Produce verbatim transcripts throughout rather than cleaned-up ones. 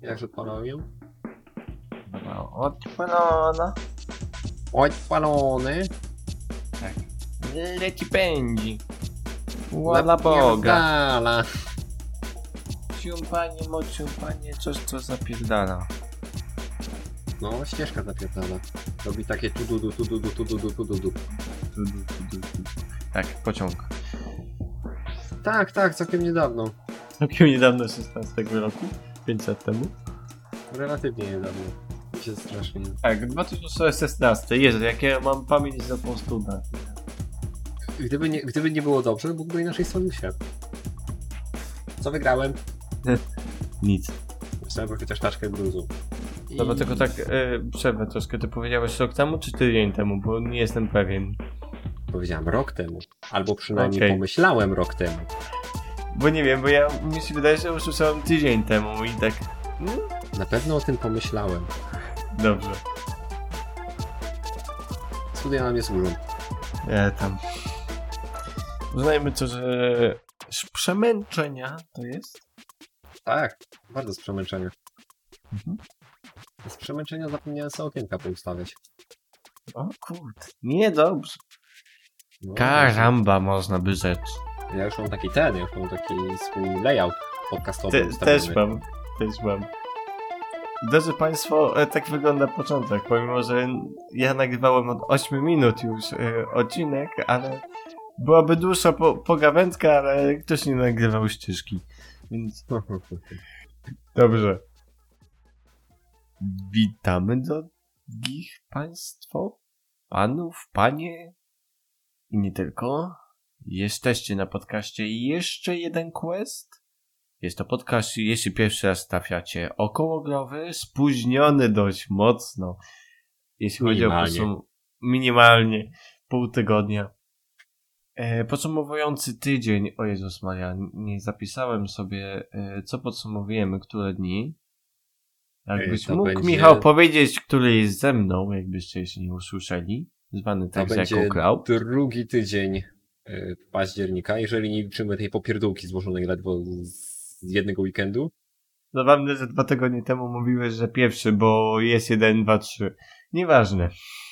Jak odpalają? No, odpalona. Odpalony. Tak. Leci pędzi. Łola Boga. Napierdala. Ciumpanie, mo ciumpanie, coś co zapierdala. No, ścieżka zapierdala. Robi takie tududu, tududu, tududu, tududu. Tudu, tudu, tudu. Tak, pociąg. Tak, tak, całkiem niedawno. Całkiem niedawno, szesnastego roku. pięć lat temu. Relatywnie niedawno. Mi się strasznie... Tak, dwa tysiące szesnasty. Jezu, jak ja mam pamięć za po studach. Gdyby nie, gdyby nie było dobrze, byłby inaczej stworzył świat. Co wygrałem? Nic. Dostałem chociaż taczkę gruzu. I... Dobra, tylko tak e, przerwę troszkę. Ty powiedziałeś rok temu czy tydzień temu, bo nie jestem pewien. Powiedziałem rok temu. Albo przynajmniej Okay. pomyślałem rok temu. Bo nie wiem, bo ja mi się wydaje, że usłyszałem tydzień temu i tak... No, Na pewno o tym pomyślałem. dobrze. Studia nam nie służą. Ja tam... Uznajmy to, że... Przemęczenia to jest? Tak, bardzo z przemęczenia. Mhm. Z przemęczenia zapomniałem sobie okienka poustawiać. O kurde. Nie, dobrze. No, Karamba, można by rzec. Ja już mam taki ten, ja już mam taki swój layout podcastowy. Te, ustawiony. też mam, też mam. Drodzy Państwo, e, tak wygląda początek, pomimo że ja nagrywałem od ośmiu minut już e, odcinek, ale byłaby dłuższa po, pogawędka, ale ktoś nie nagrywał ścieżki, więc dobrze. Witamy drogich Państwo, Panów, Panie i nie tylko. Jesteście na podcaście Jeszcze jeden Quest. Jest to podcast, jeśli pierwszy raz trafiacie, okołogrowy, spóźniony dość mocno. Jeśli chodzi o podsum- minimalnie pół tygodnia. E, podsumowujący tydzień, o Jezus Maria, nie zapisałem sobie, e, co podsumowujemy, które dni. Jakbyś to mógł, będzie... Michał, powiedzieć, który jest ze mną, jakbyście jeszcze nie usłyszeli. Zwany To tak będzie jako crowd. drugi tydzień y, października, jeżeli nie liczymy tej popierdółki złożonej ledwo z jednego weekendu. Zabawne, że dwa tygodnie temu mówiłeś, że pierwszy, bo jest jeden, dwa, trzy. Nieważne.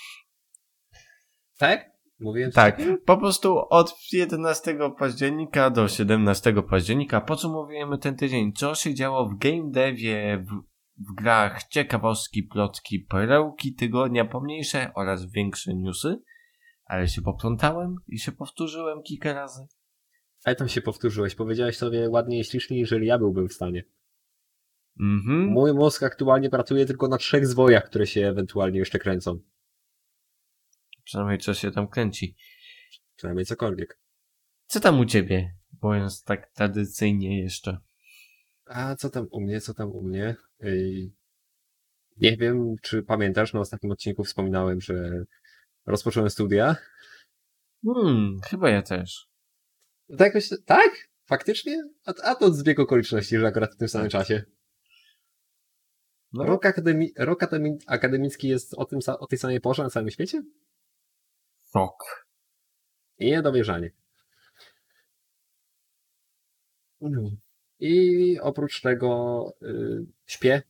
Tak? Mówiłem Tak, coś? po prostu od jedenastego października do siedemnastego października podsumowujemy ten tydzień, co się działo w game devie, w, w grach, ciekawostki, plotki, perełki tygodnia, pomniejsze oraz większe newsy. Ale się poplątałem i się powtórzyłem kilka razy. Ale tam się powtórzyłeś. Powiedziałeś sobie ładniej i śliczniej, jeżeli ja byłbym w stanie. Mhm. Mój mózg aktualnie pracuje tylko na trzech zwojach, które się ewentualnie jeszcze kręcą. Przynajmniej coś się tam kręci. Przynajmniej cokolwiek. Co tam u ciebie? Mówiąc tak tradycyjnie jeszcze. A co tam u mnie, co tam u mnie? Ej, nie wiem, czy pamiętasz, na ostatnim odcinku wspominałem, że rozpocząłem studia. Hmm, chyba ja też. To jakoś, tak? Faktycznie? A, a to zbieg okoliczności, że akurat w tym samym czasie. No, Rok, akademi- rok akademi- akademicki jest o, tym sa- o tej samej porze na całym świecie? fok. I niedowierzanie. Mhm. I oprócz tego y, śpię.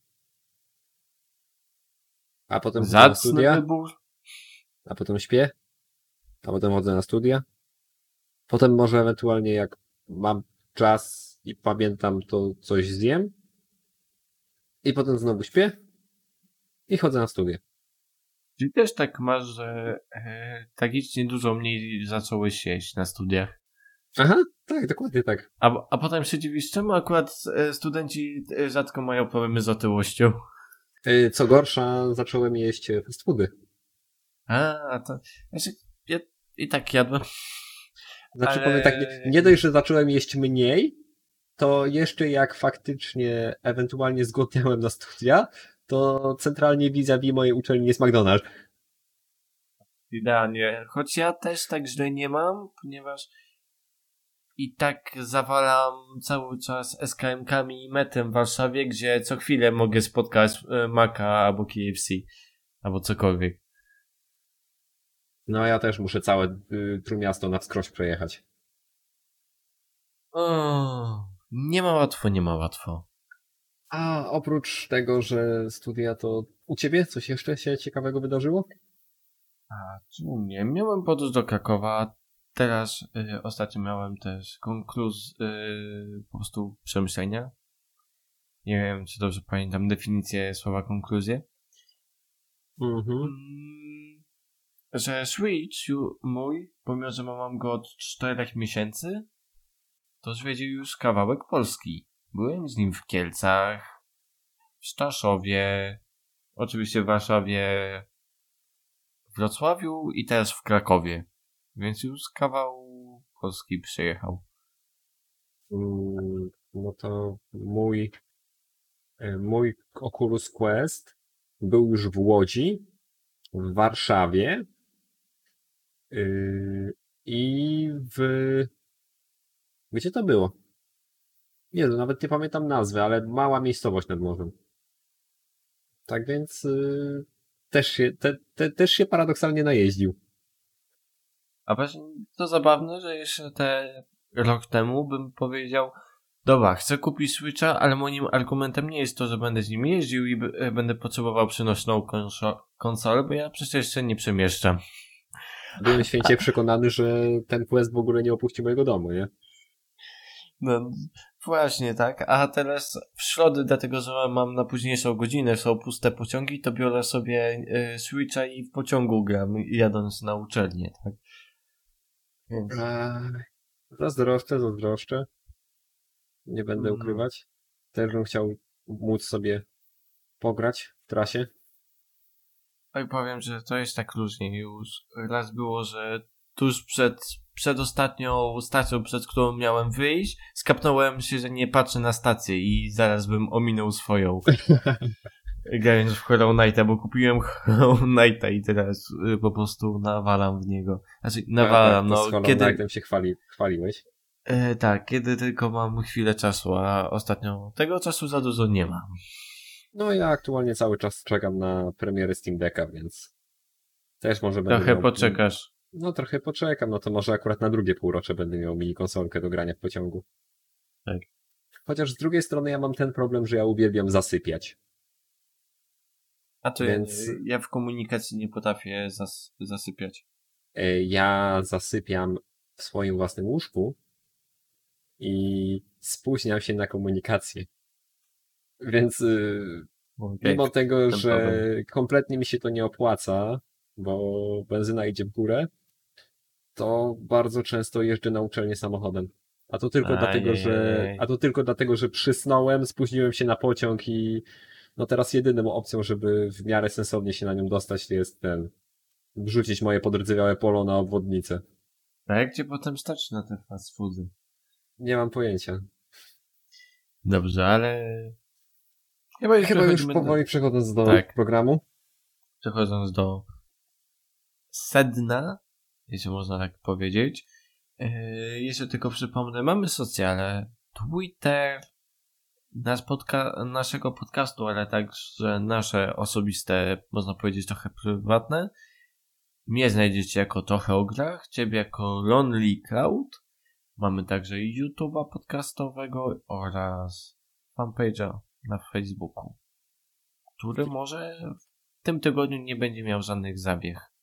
A potem chodzę na Zacny studia. wybór. A potem śpię. A potem chodzę na studia. Potem może ewentualnie jak mam czas i pamiętam, to coś zjem. I potem znowu śpię. I chodzę na studia. Czyli też tak masz, że e, tragicznie dużo mniej zacząłeś jeść na studiach. Aha, tak, dokładnie tak. A, a potem się dziwisz, czemu akurat e, studenci e, rzadko mają problemy z otyłością. Y, Co gorsza, zacząłem jeść fast foody. A, to... Znaczy, ja i tak jadłem. Znaczy Ale- powiem tak, nie, nie dość, że zacząłem jeść mniej, to jeszcze jak faktycznie ewentualnie zgłodniałem na studia, to centralnie vis-a-vis mojej uczelni jest McDonald's. Idealnie. Choć ja też tak źle nie mam, ponieważ i tak zawalam cały czas es ka em kami i metrem w Warszawie, gdzie co chwilę mogę spotkać e, Maka albo K F C. Albo cokolwiek. No ja też muszę całe y, Trójmiasto na wskroś przejechać. O, nie ma łatwo, nie ma łatwo. A oprócz tego, że studia, to u ciebie coś jeszcze się ciekawego wydarzyło? A tu nie, miałem podróż do Krakowa. Teraz y, ostatnio miałem też konkluz, y, po prostu przemyślenia. Nie wiem, czy dobrze pamiętam definicję słowa konkluzję. Mhm. Mm, że Switch ju- mój, pomimo że mam go od czterech miesięcy, to zwiedził już kawałek Polski. Byłem z nim w Kielcach, w Staszowie, oczywiście w Warszawie, w Wrocławiu i teraz w Krakowie. Więc już kawał Polski przejechał. Mm, No to mój, e, mój Oculus Quest był już w Łodzi, w Warszawie yy, i w... Gdzie to było? Nie, no nawet nie pamiętam nazwy, ale mała miejscowość nad morzem. Tak więc yy, też się, te, te, też się paradoksalnie najeździł. A właśnie to zabawne, że jeszcze te rok temu bym powiedział, dobra, chcę kupić Switcha, ale moim argumentem nie jest to, że będę z nim jeździł i b- e, będę potrzebował przenośną konszo- konsolę, bo ja przecież jeszcze nie przemieszczam. Byłem święcie przekonany, że ten Quest w ogóle nie opuści mojego domu, nie? No właśnie, tak. A teraz w środę, dlatego że mam na późniejszą godzinę, są puste pociągi, to biorę sobie y, Switcha i w pociągu gram, jadąc na uczelnię, tak. Więc... Eee, Zazdroszczę, zazdroszczę. Nie będę Mm. ukrywać. Też bym chciał móc sobie pograć w trasie. Oj, powiem, że to jest tak różnie już. Raz było, że tuż przed, przed ostatnią stacją, przed którą miałem wyjść, skapnąłem się, że nie patrzę na stację i zaraz bym ominął swoją. Grając w Hollow Knighta, bo kupiłem Hollow Knighta i teraz y, po prostu nawalam w niego. Znaczy, nawalam, A, tak, to z no, Hollow kiedy... Knightem się chwali, chwaliłeś. E, tak, kiedy tylko mam chwilę czasu, a ostatnio tego czasu za dużo nie mam. No ja aktualnie cały czas czekam na premierę Steam Decka, więc też może będę Trochę miał... poczekasz. No trochę poczekam, no to może akurat na drugie półrocze będę miał mini konsolkę do grania w pociągu. Tak. Chociaż z drugiej strony ja mam ten problem, że ja uwielbiam zasypiać. A to Więc- ja, ja w komunikacji nie potrafię zas, zasypiać. E, Ja zasypiam w swoim własnym łóżku i spóźniam się na komunikację. Więc y, Okay. mimo tego, ten że problem. kompletnie mi się to nie opłaca, bo benzyna idzie w górę, to bardzo często jeżdżę na uczelnię samochodem. A to tylko dlatego, że Ajej. a to tylko dlatego, że przysnąłem, spóźniłem się na pociąg i no teraz jedyną opcją, żeby w miarę sensownie się na nią dostać, to jest ten wrzucić moje podrdzewiałe polo na obwodnicę. A jak cię potem stać na te fast foody? Nie mam pojęcia. Dobrze, ale... Chyba już, Chyba już przechodzimy powoli przechodząc do Tak. programu. Przechodząc do sedna, jeśli można tak powiedzieć. Yy, jeszcze tylko przypomnę, mamy socjale, Twitter, nasz podca- naszego podcastu, ale także nasze osobiste, można powiedzieć trochę prywatne. Mnie znajdziecie jako trochę o grach, ciebie jako Lonely Cloud. Mamy także YouTube'a podcastowego oraz fanpage'a na Facebooku, który może w tym tygodniu nie będzie miał żadnych zabieg.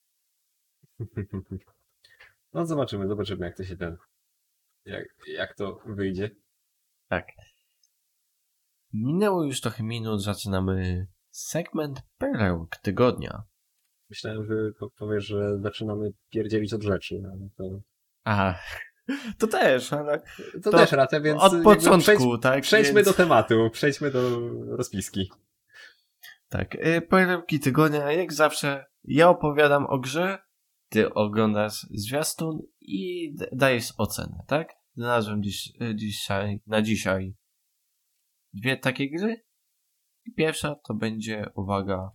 No zobaczymy, zobaczymy jak to się ten, jak, jak to wyjdzie. Tak. Minęło już trochę minut, zaczynamy segment Perełk Tygodnia. Myślałem, że po- powiesz, że zaczynamy pierdzielić od rzeczy, ale to, A, to też, ale to, To też racja, więc od jakby początku, przejdź, tak? przejdźmy Więc- do tematu, przejdźmy do rozpiski. Tak, y, Perełki Tygodnia, jak zawsze, ja opowiadam o grze, ty oglądasz zwiastun i d- dajesz ocenę, tak? Znalazłem dziś, y, dzisiaj, na dzisiaj dwie takie gry. I pierwsza to będzie, uwaga,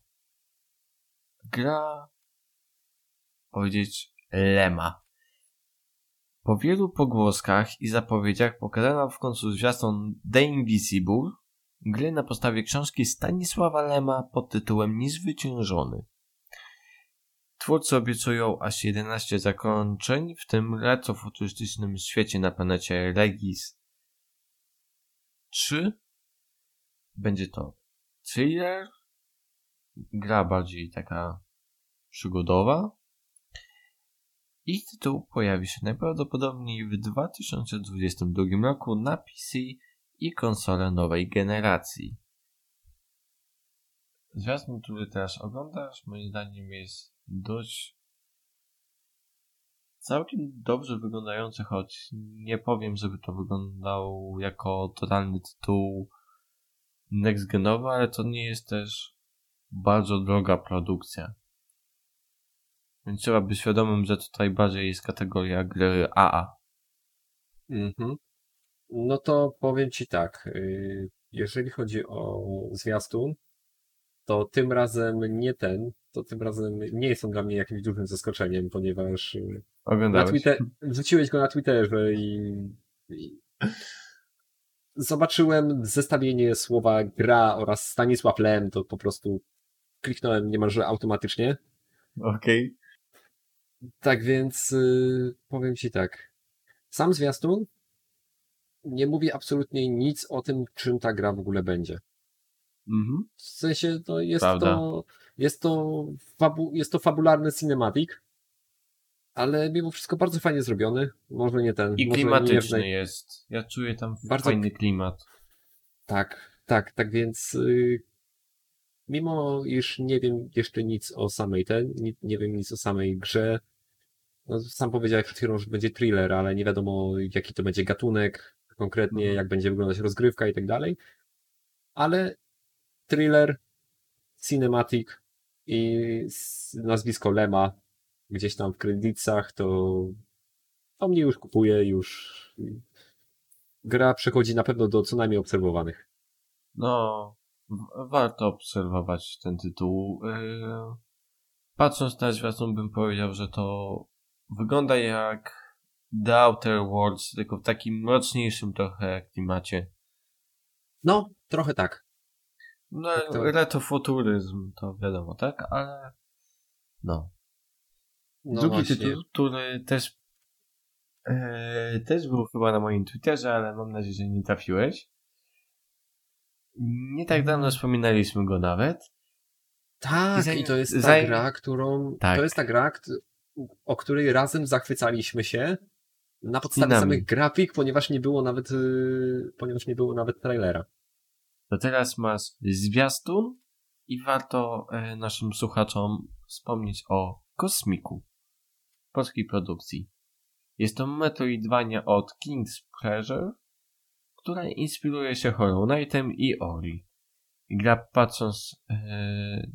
gra, powiedzieć, Lema. Po wielu pogłoskach i zapowiedziach pokazano w końcu zwiastun The Invisible, gry na podstawie książki Stanisława Lema pod tytułem Niezwyciężony. Twórcy obiecują aż jedenaście zakończeń, w tym retrofuturystycznym świecie na planecie Regis trzy będzie to thriller, gra bardziej taka przygodowa i tytuł pojawi się najprawdopodobniej w dwa tysiące dwudziestym drugim roku na P C i konsole nowej generacji. Zwiastun, który teraz oglądasz, moim zdaniem jest dość całkiem dobrze wyglądający, choć nie powiem, żeby to wyglądał jako totalny tytuł next genowy, ale to nie jest też bardzo droga produkcja. Więc trzeba być świadomym, że tutaj bardziej jest kategoria gry A A. Mhm. No to powiem ci tak, y, jeżeli chodzi o zwiastun, to tym razem nie ten, to tym razem nie jest on dla mnie jakimś dużym zaskoczeniem, ponieważ y, na Oglądałeś? Twitter, wrzuciłeś go na Twitterze i, i zobaczyłem zestawienie słowa gra oraz Stanisław Lem, to po prostu kliknąłem niemalże automatycznie. Okej. Tak więc y, powiem ci tak, sam zwiastun nie mówi absolutnie nic o tym, czym ta gra w ogóle będzie. Mhm. W sensie to jest Prawda. to jest to, fabu, jest to fabularny cinematic, ale mimo wszystko bardzo fajnie zrobiony. Może nie ten. I może klimatyczny nie jest. Ja czuję tam Bardzo- fajny klimat. Tak, tak, tak więc y, mimo iż nie wiem jeszcze nic o samej ten, nie, nie wiem nic o samej grze. No, sam powiedziałeś przed chwilą, że będzie thriller, ale nie wiadomo jaki to będzie gatunek konkretnie, Mhm. jak będzie wyglądać rozgrywka i tak dalej. Ale thriller, cinematic i s- nazwisko Lema gdzieś tam w kredytach, to to mnie już kupuje, już gra przechodzi na pewno do co najmniej obserwowanych. No, w- warto obserwować ten tytuł. Yy, patrząc na zwiastun bym powiedział, że to wygląda jak The Outer Worlds, tylko w takim mroczniejszym trochę klimacie. No, trochę tak. No, Tak to- retrofuturyzm, to wiadomo, tak? Ale no. No Drugi właśnie. tytuł, który też e, też był chyba na moim Twitterze, ale mam nadzieję, że nie trafiłeś. Nie tak dawno wspominaliśmy go nawet. Tak, Zanim- i to jest ta zanim- gra, którą. Tak. To jest ta gra, kt- o której razem zachwycaliśmy się na podstawie Skinami. samych grafik, ponieważ nie było nawet, yy, ponieważ nie było nawet trailera. To teraz masz zwiastun i warto e, naszym słuchaczom wspomnieć o Kosmiku, polskiej produkcji. Jest to Metroidvania od King's Pleasure, która inspiruje się Hollow Knightem i Ori. Gra, patrząc, e,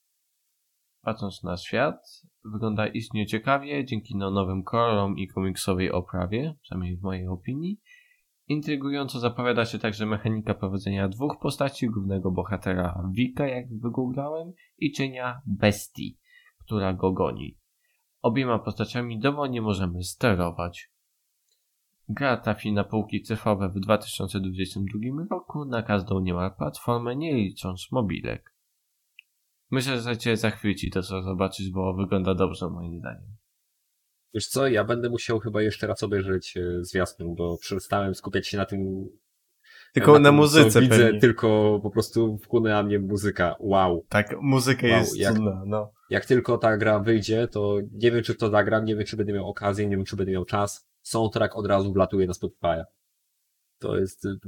patrząc na świat, wygląda istnie ciekawie dzięki no nowym kolorom i komiksowej oprawie, przynajmniej w mojej opinii. Intrygująco zapowiada się także mechanika prowadzenia dwóch postaci, głównego bohatera Wika, jak wygooglałem, i cienia Bestii, która go goni. Obiema postaciami dowolnie możemy sterować. Gra trafi na półki cyfrowe w dwa tysiące dwudziestym drugim roku na każdą niemal platformę, nie licząc mobilek. Myślę, że cię zachwyci to, co zobaczysz, bo wygląda dobrze moim zdaniem. Wiesz co, ja będę musiał chyba jeszcze raz obejrzeć e, zwiastun, bo przestałem skupiać się na tym. Tylko na tym, muzyce co widzę, pewnie. tylko po prostu wchłonęła mnie muzyka. Wow. Tak, muzyka Wow, jest jak- cudna, no. Jak tylko ta gra wyjdzie, to nie wiem, czy w to zagram, nie wiem, czy będę miał okazję, nie wiem, czy będę miał czas. Soundtrack od razu wlatuje na Spotify'a. To jest y,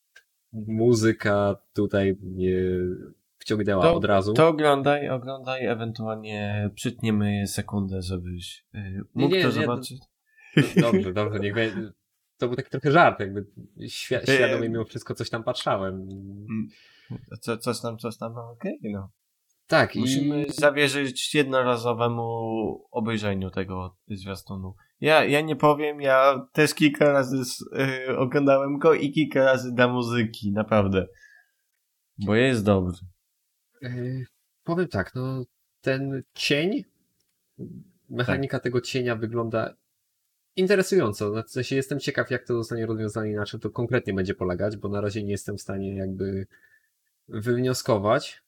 muzyka tutaj mnie wciągnęła To- od razu. To oglądaj, oglądaj, ewentualnie przytniemy sekundę, żebyś yy, mógł nie, to nie, zobaczyć. Dobrze, dobrze, niech będzie. To był taki trochę żart, jakby świ- Eee. świadomie mimo wszystko coś tam patrzałem. Mm, Co, coś tam, coś tam, no okej, no. Tak, Musimy i zawierzyć jednorazowemu obejrzeniu tego zwiastunu. Ja, ja nie powiem, ja też kilka razy yy, oglądałem go i kilka razy dla muzyki, naprawdę. Bo jest dobry. yy, powiem tak, no ten cień, mechanika tego cienia wygląda interesująco. No, w sensie jestem ciekaw, jak to zostanie rozwiązane i na czym to konkretnie będzie polegać, bo na razie nie jestem w stanie jakby wywnioskować,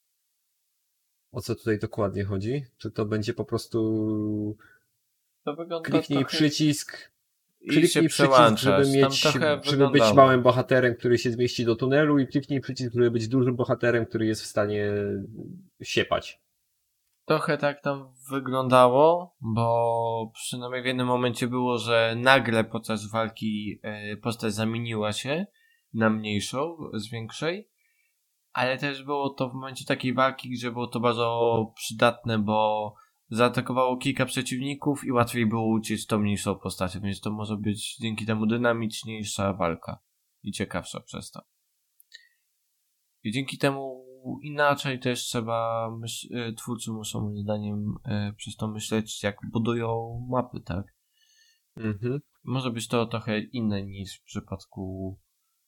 o co tutaj dokładnie chodzi. Czy to będzie po prostu To wygląda kliknij trochę... przycisk i kliknij się przycisk, przełączasz. żeby, Tam mieć, trochę żeby być wyglądało. małym bohaterem, który się zmieści do tunelu i kliknij przycisk, żeby być dużym bohaterem, który jest w stanie siepać. Trochę tak tam wyglądało, bo przynajmniej w jednym momencie było, że nagle podczas walki e, postać zamieniła się na mniejszą z większej, ale też było to w momencie takiej walki, gdzie było to bardzo przydatne, bo zaatakowało kilka przeciwników i łatwiej było uciec tą mniejszą postacią, więc to może być dzięki temu dynamiczniejsza walka i ciekawsza przez to. I dzięki temu inaczej też trzeba, myśl, twórcy muszą moim zdaniem e, przez to myśleć, jak budują mapy, tak? Mhm. Może być to trochę inne niż w przypadku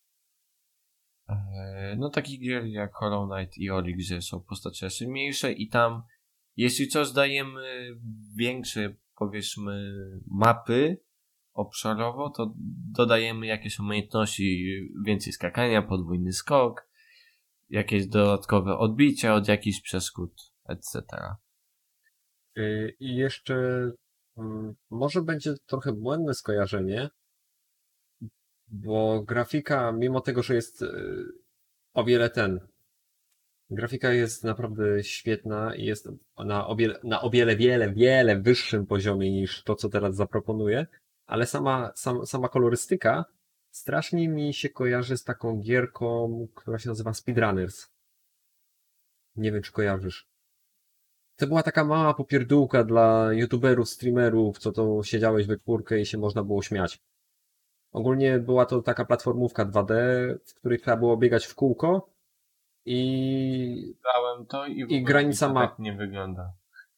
e, no takich gier jak Hollow Knight i Ori, gdzie są postacie raczej mniejsze i tam jeśli coś dajemy większe, powiedzmy, mapy obszarowo, to dodajemy jakieś umiejętności, więcej skakania, podwójny skok, jakieś dodatkowe odbicia od jakichś przeszkód, et cetera. Yy, I jeszcze mm, może będzie trochę błędne skojarzenie, bo grafika, mimo tego, że jest yy, o wiele ten, grafika jest naprawdę świetna i jest na o wiele, na o wiele, wiele, wiele wyższym poziomie niż to, co teraz zaproponuję, ale sama, sam, sama kolorystyka strasznie mi się kojarzy z taką gierką, która się nazywa Speedrunners. Nie wiem, czy kojarzysz. To była taka mała popierdółka dla youtuberów, streamerów, co to siedziałeś we czwórkę i się można było śmiać. Ogólnie była to taka platformówka dwa D, w której trzeba było biegać w kółko i, Grałem to i w i ogóle granica mi to ma tak nie wygląda.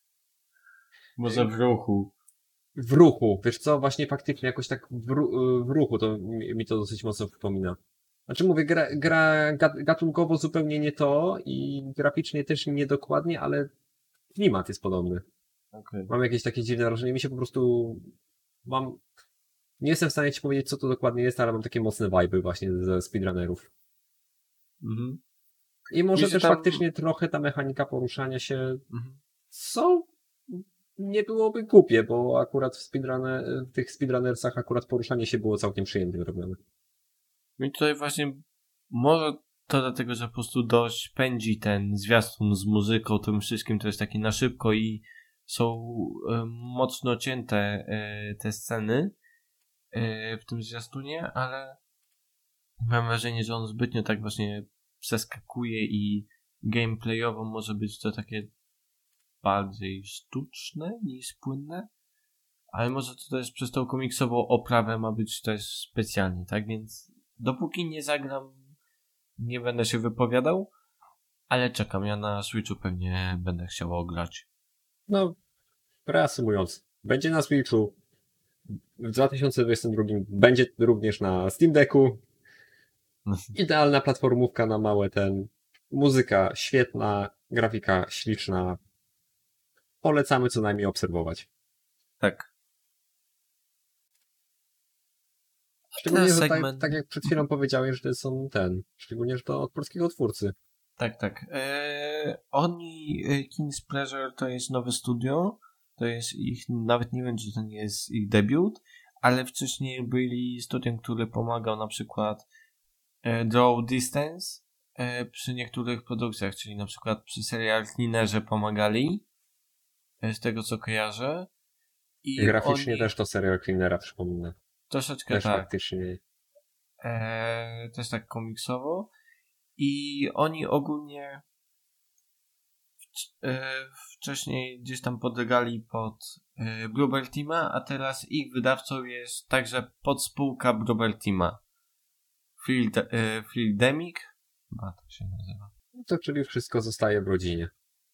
Może w ruchu. w ruchu. Wiesz co, właśnie faktycznie jakoś tak w, ru- w ruchu to mi, mi to dosyć mocno przypomina. Znaczy mówię, gra, gra gat- gatunkowo zupełnie nie to i graficznie też niedokładnie, ale klimat jest podobny. Okay. Mam jakieś takie dziwne wrażenie. Mi się po prostu mam. Nie jestem w stanie ci powiedzieć, co to dokładnie jest, ale mam takie mocne vibe właśnie ze speedrunnerów. Mhm. I może Mi też tam... faktycznie trochę ta mechanika poruszania się Mhm. co nie byłoby głupie, bo akurat w, speedrunner, w tych speedrunnersach akurat poruszanie się było całkiem przyjemnie robione. Mi tutaj właśnie może to dlatego, że po prostu dość pędzi ten zwiastun z muzyką, tym wszystkim to jest takie na szybko i są e, mocno cięte e, te sceny e, w tym zwiastunie, ale mam wrażenie, że on zbytnio tak właśnie przeskakuje i gameplayowo może być to takie bardziej sztuczne niż płynne, ale może to też przez tą komiksową oprawę ma być też specjalnie, tak? Więc dopóki nie zagram, nie będę się wypowiadał, ale czekam, ja na Switchu pewnie będę chciał ograć. No, reasumując, będzie na Switchu, w dwa tysiące dwudziestym drugim będzie również na Steam Decku. Idealna platformówka na małe ten. Muzyka świetna, grafika śliczna. Polecamy co najmniej obserwować. Tak. Szczególnie, że segment... tak, tak jak przed chwilą powiedziałeś, że to są ten. Szczególnie, że to od polskiego twórcy. Tak, tak. Eee, oni, King's Pleasure to jest nowe studio. To jest ich, nawet nie wiem, czy to nie jest ich debiut, ale wcześniej byli studiem, który pomagał na przykład e, Draw Distance e, przy niektórych produkcjach, czyli na przykład przy serial Cleanerze pomagali, e, z tego co kojarzę. I graficznie oni... też to serial Cleanera przypomina. Troszeczkę też tak. faktycznie. E, też tak komiksowo. I oni ogólnie wcześniej gdzieś tam podlegali pod Bluebird Teama, a teraz ich wydawcą jest także podspółka Bluebird Teama. Fieldemic? Chyba to się nazywa. To czyli wszystko zostaje w rodzinie.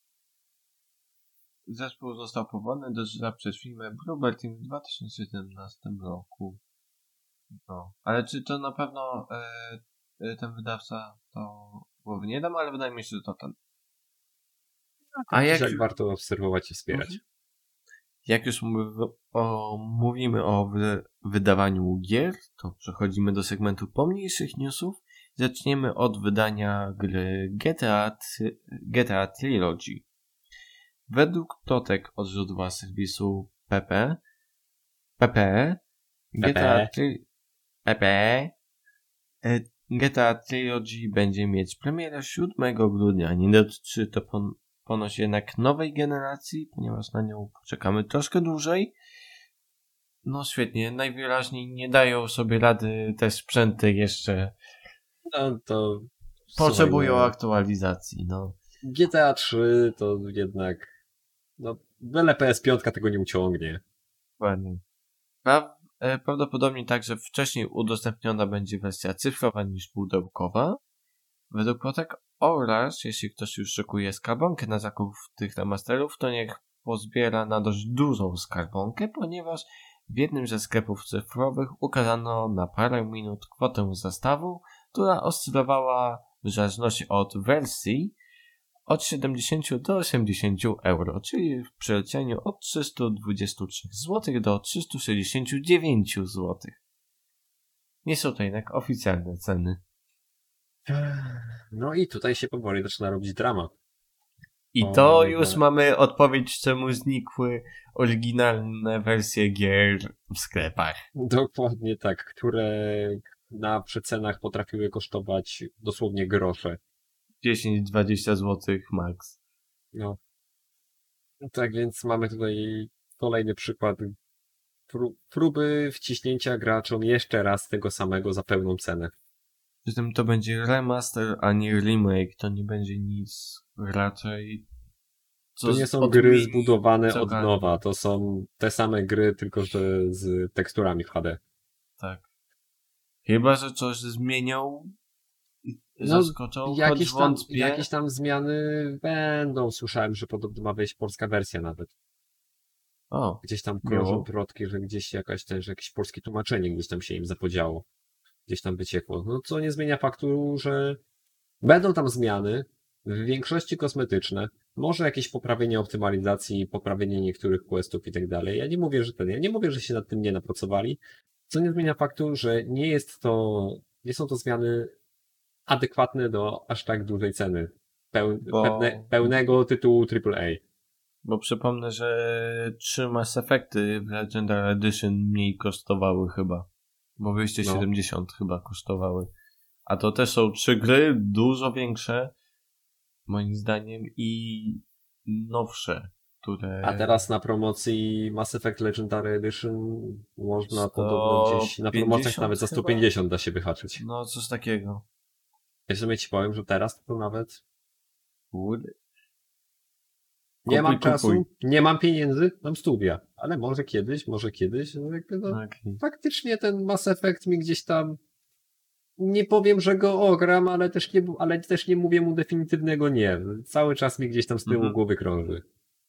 Zespół został powołany do życia przez firmę Bluebird Team w dwa tysiące siedemnastym roku. No. Ale czy to na pewno e, ten wydawca to głowy nie dam, ale wydaje mi się, że to ten. A jak... jak warto obserwować i wspierać. Mhm. Jak już mów, o, mówimy o wy, wydawaniu gier, to przechodzimy do segmentu pomniejszych newsów. Zaczniemy od wydania gry G T A, G T A Trilogy. Według plotek od źródła serwisu P P, P P E G T A trzy... Pepe. G T A Trilogy będzie mieć premierę siódmego grudnia. Nie dotyczy to pon- ponoć jednak nowej generacji, ponieważ na nią poczekamy troszkę dłużej. No świetnie, najwyraźniej nie dają sobie rady te sprzęty jeszcze. No to... Potrzebują słuchaj, no, aktualizacji, no. G T A trzy to jednak... No, byle P S pięć tego nie uciągnie. Dokładnie. Pra- e, prawdopodobnie także wcześniej udostępniona będzie wersja cyfrowa niż pudełkowa. Według plotek oraz, jeśli ktoś już szykuje skarbonkę na zakup tych remasterów, to niech pozbiera na dość dużą skarbonkę, ponieważ w jednym ze sklepów cyfrowych ukazano na parę minut kwotę zestawu, która oscylowała w zależności od wersji od siedemdziesiąt do osiemdziesięciu euro, czyli w przeliczeniu od trzysta dwadzieścia trzy złotych do trzysta sześćdziesiąt dziewięć złotych. Nie są to jednak oficjalne ceny. No i tutaj się powoli zaczyna robić drama. I O, to nie już wiem. mamy odpowiedź, czemu znikły oryginalne wersje gier w sklepach. Dokładnie tak, które na przecenach potrafiły kosztować dosłownie grosze. dziesięć dwadzieścia złotych max. No. Tak więc mamy tutaj kolejny przykład pró- próby wciśnięcia graczom jeszcze raz tego samego za pełną cenę. Przy tym to będzie remaster, a nie remake. To nie będzie nic raczej... To nie są odmieni gry zbudowane co od grali. nowa, to są te same gry, tylko że z teksturami w H D. Tak. Chyba, że coś zmienią i No, zaskoczą, choć Jakieś tam, wątpię. jakieś tam zmiany będą. Słyszałem, że podobno ma wejść polska wersja nawet. O, Gdzieś tam Miło. krążą plotki, że gdzieś jakaś też, że jakieś polskie tłumaczenie gdzieś tam się im zapodziało. Gdzieś tam wyciekło. No co nie zmienia faktu, że będą tam zmiany, w większości kosmetyczne, może jakieś poprawienie optymalizacji, poprawienie niektórych questów i tak dalej. Ja nie mówię, że ten, ja nie mówię, że się nad tym nie napracowali, co nie zmienia faktu, że nie jest to, nie są to zmiany adekwatne do aż tak dużej ceny peł, Bo- pewne, pełnego tytułu triple A. Bo przypomnę, że trzy Mass Effecty w Legendary Edition mniej kosztowały chyba. Bo dwieście siedemdziesiąt chyba kosztowały. A to też są trzy gry dużo większe, moim zdaniem, i nowsze, które... A teraz na promocji Mass Effect Legendary Edition można sto podobno gdzieś na promocjach pięćdziesiąt nawet za chyba? sto pięćdziesiąt da się wyhaczyć. No, coś takiego. Ja w sumie ci powiem, że teraz to nawet Kurde. nie Kupuj, mam czasu, kupuj. nie mam pieniędzy, mam studia. Ale może kiedyś, może kiedyś, no jakby no, Okay. faktycznie ten Mass Effect mi gdzieś tam, nie powiem, że go ogram, ale też nie, ale też nie mówię mu definitywnego nie. Cały czas mi gdzieś tam z tyłu Mhm. głowy krąży.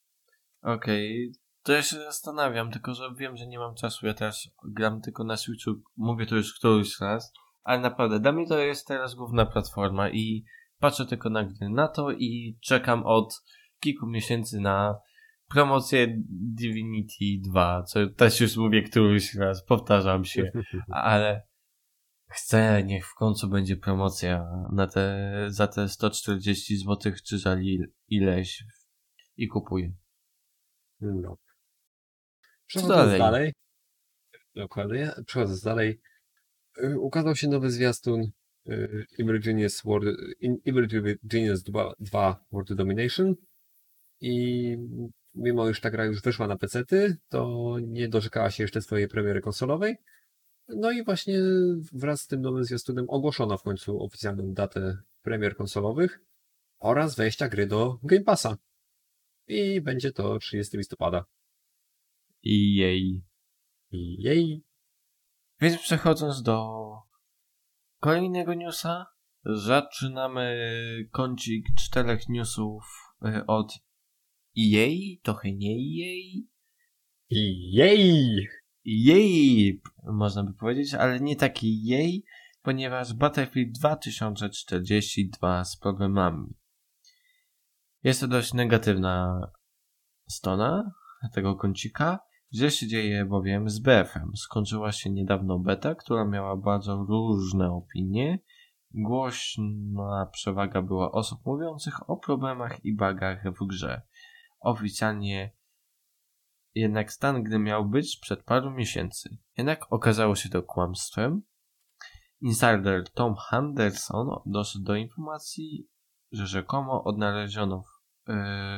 Okej, to ja się zastanawiam, tylko że wiem, że nie mam czasu, ja teraz gram tylko na Switchu, mówię to już któryś raz, ale naprawdę, dla mnie to jest teraz główna platforma i patrzę tylko na gry na to i czekam od kilku miesięcy na promocję Divinity dwa, co też już mówię któryś raz, powtarzam się, ale chcę, niech w końcu będzie promocja na te, za te sto czterdzieści złotych czy za li- ileś i kupuję. No. Co Przechodząc dalej? dalej. Dokładnie. Przechodząc dalej. y, Ukazał się nowy zwiastun y, Evil Genius, World, in- Evil Genius dwa, dwa World Domination i mimo iż ta gra już wyszła na pecety, to nie doczekała się jeszcze swojej premiery konsolowej. No i właśnie wraz z tym nowym zwiastunem ogłoszono w końcu oficjalną datę premier konsolowych oraz wejścia gry do Game Passa. I będzie to trzydziestego listopada. I jej. I jej. Więc przechodząc do kolejnego newsa, zaczynamy kącik czterech newsów y, od E A, trochę nie E A, I jej. jej, można by powiedzieć, ale nie taki jej, ponieważ Battlefield dwa tysiące czterdzieści dwa z problemami. Jest to dość negatywna strona tego kącika. Źle się dzieje bowiem z B F em. Skończyła się niedawno beta, która miała bardzo różne opinie. Głośna przewaga była osób mówiących o problemach i bugach w grze. Oficjalnie jednak stan gry miał być sprzed paru miesięcy. Jednak okazało się to kłamstwem. Insider Tom Henderson doszedł do informacji, że rzekomo odnaleziono, yy,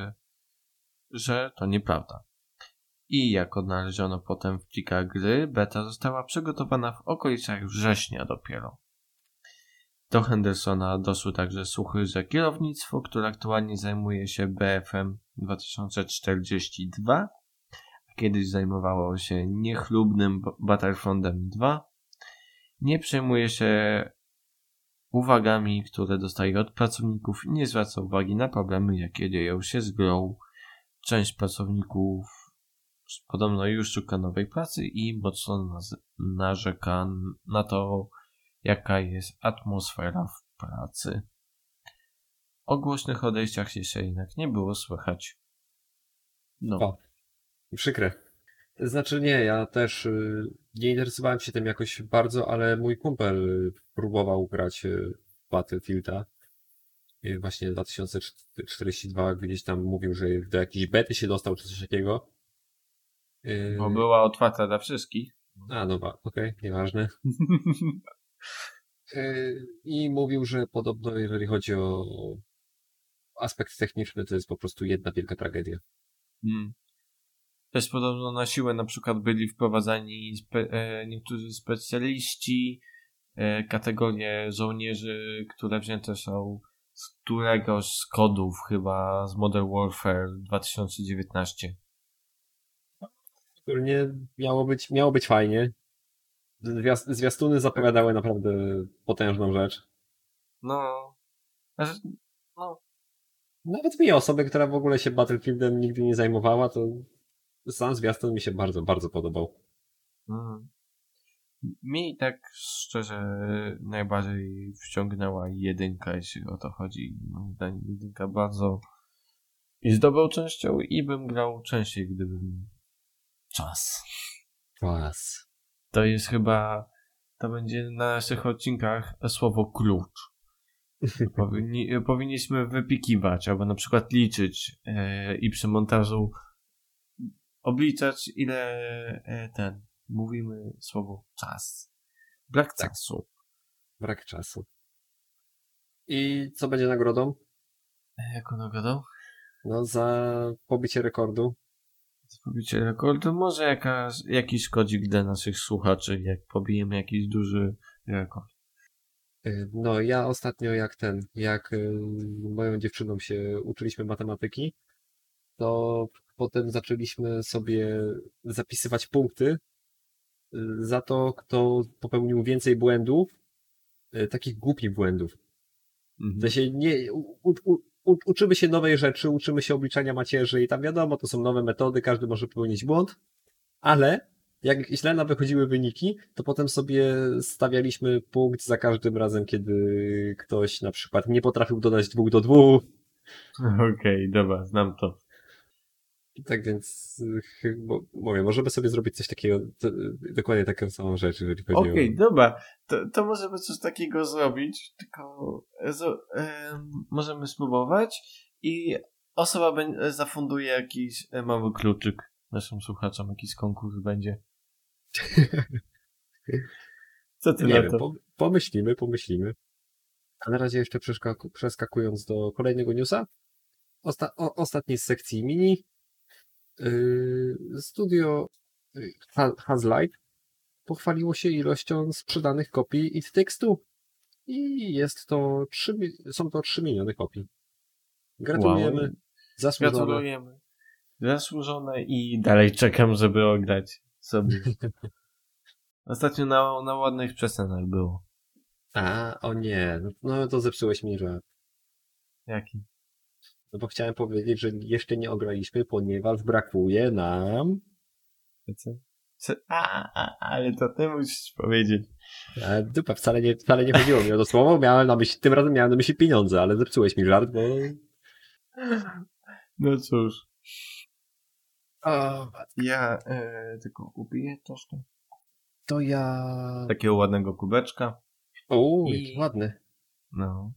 że to nieprawda. I jak odnaleziono potem w plikach gry, beta została przygotowana w okolicach września dopiero. Do Hendersona doszły także słuchy, że kierownictwo, które aktualnie zajmuje się B F M dwa tysiące czterdzieści dwa, a kiedyś zajmowało się niechlubnym Battlefrontem dwa, nie przejmuje się uwagami, które dostaje od pracowników i nie zwraca uwagi na problemy, jakie dzieją się z grą. Część pracowników podobno już szuka nowej pracy i mocno narzeka na to, jaka jest atmosfera w pracy. O głośnych odejściach jeszcze jednak nie było słychać. No. O, przykre. Znaczy nie, ja też y, nie interesowałem się tym jakoś bardzo, ale mój kumpel y, próbował grać y, w Battlefielda. Y, właśnie dwa tysiące czterdzieści dwa gdzieś tam mówił, że do jakiejś bety się dostał czy coś takiego. Y, Bo była otwarta dla wszystkich. A, dobra, okej, okay, nieważne. y, I mówił, że podobno jeżeli chodzi o aspekt techniczny, to jest po prostu jedna wielka tragedia. Hmm. Też podobno na siłę na przykład byli wprowadzani spe- e, niektórzy specjaliści, e, kategorie żołnierzy, które wzięte są z któregoś z kodów chyba z Modern Warfare dwa tysiące dziewiętnaście. Ogólnie miało być, miało być fajnie. Zwiast, zwiastuny zapowiadały naprawdę potężną rzecz. No, znaczy, no. Nawet mi, osobę, która w ogóle się Battlefieldem nigdy nie zajmowała, to sam zwiastun mi się bardzo, bardzo podobał. Mm. Mi tak szczerze najbardziej wciągnęła jedynka, jeśli o to chodzi. Moim zdaniem jedynka bardzo jest dobrą częścią i bym grał częściej, gdybym czas. Czas. To jest chyba, to będzie na naszych odcinkach słowo klucz. Powinni, powinniśmy wypikiwać, albo na przykład liczyć e, i przy montażu obliczać, ile e, ten, mówimy słowo czas. Brak Tak. czasu. Brak czasu. I co będzie nagrodą? E, jaką nagrodą? No za pobicie rekordu. Za pobicie rekordu? Może jakaś, jakiś kodzik dla naszych słuchaczy, jak pobijemy jakiś duży rekord. No ja ostatnio jak ten, jak y, moją dziewczyną się uczyliśmy matematyki, to potem zaczęliśmy sobie zapisywać punkty y, za to, kto popełnił więcej błędów, y, takich głupich błędów. Mhm. To się nie, u, u, u, uczymy się nowej rzeczy, uczymy się obliczania macierzy i tam wiadomo, to są nowe metody, każdy może popełnić błąd, ale jak źle nam wychodziły wyniki, to potem sobie stawialiśmy punkt za każdym razem, kiedy ktoś na przykład nie potrafił dodać dwóch do dwóch. Okej, okay, dobra, znam to. Tak więc chyba, mówię, możemy sobie zrobić coś takiego, to, dokładnie taką samą rzecz, jeżeli chodzi Okej, okay, o... dobra, to, to możemy coś takiego zrobić, tylko z, e, możemy spróbować i osoba be, zafunduje jakiś mały kluczyk naszym słuchaczom, jakiś konkurs będzie. Co ty Nie na wiem, to? po, pomyślimy, pomyślimy. A na razie jeszcze przeskaku, przeskakując do kolejnego newsa. Osta, o, ostatniej z sekcji mini. Yy, studio Hazlight pochwaliło się ilością sprzedanych kopii It Takes Two. I jest to trzy, są to trzy miliony kopii. Gratulujemy. Wow. Zasłużone. Gratulujemy. Zasłużone i dalej czekam, żeby ograć sobie. Ostatnio na, na ładnych przecenach było. A, o nie, no to zepsułeś mi żart. Jaki? No bo chciałem powiedzieć, że jeszcze nie ograliśmy, ponieważ brakuje nam... Co? Co? A, a, ale to ty musisz powiedzieć. A, dupa, wcale nie, wcale nie chodziło mi o to słowo, miałem na myśli, tym razem miałem na myśli pieniądze, ale zepsułeś mi żart, bo... No cóż. O, ja e, tylko kupię troszkę. to ja... Takiego ładnego kubeczka. O, I... jaki ładny. No.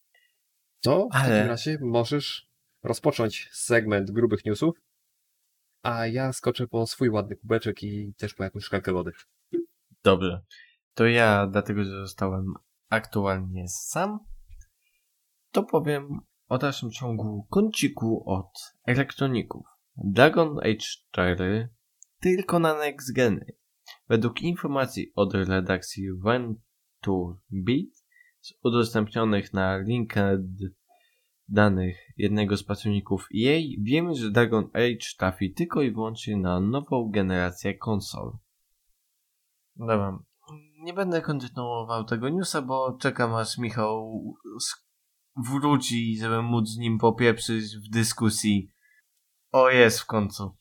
To w ale... takim razie możesz rozpocząć segment grubych newsów. A ja skoczę po swój ładny kubeczek i też po jakąś szklankę wody. Dobrze. To ja, dlatego że zostałem aktualnie sam, to powiem o dalszym ciągu kąciku od elektroników. Dragon Age cztery tylko na next geny. Według informacji od redakcji Venture Beat z udostępnionych na LinkedIn danych jednego z pracowników E A wiemy, że Dragon Age trafi tylko i wyłącznie na nową generację konsol. Dobra, nie będę kontynuował tego newsa, bo czekam aż Michał wróci, żeby móc z nim popieprzyć w dyskusji. O, jest w końcu.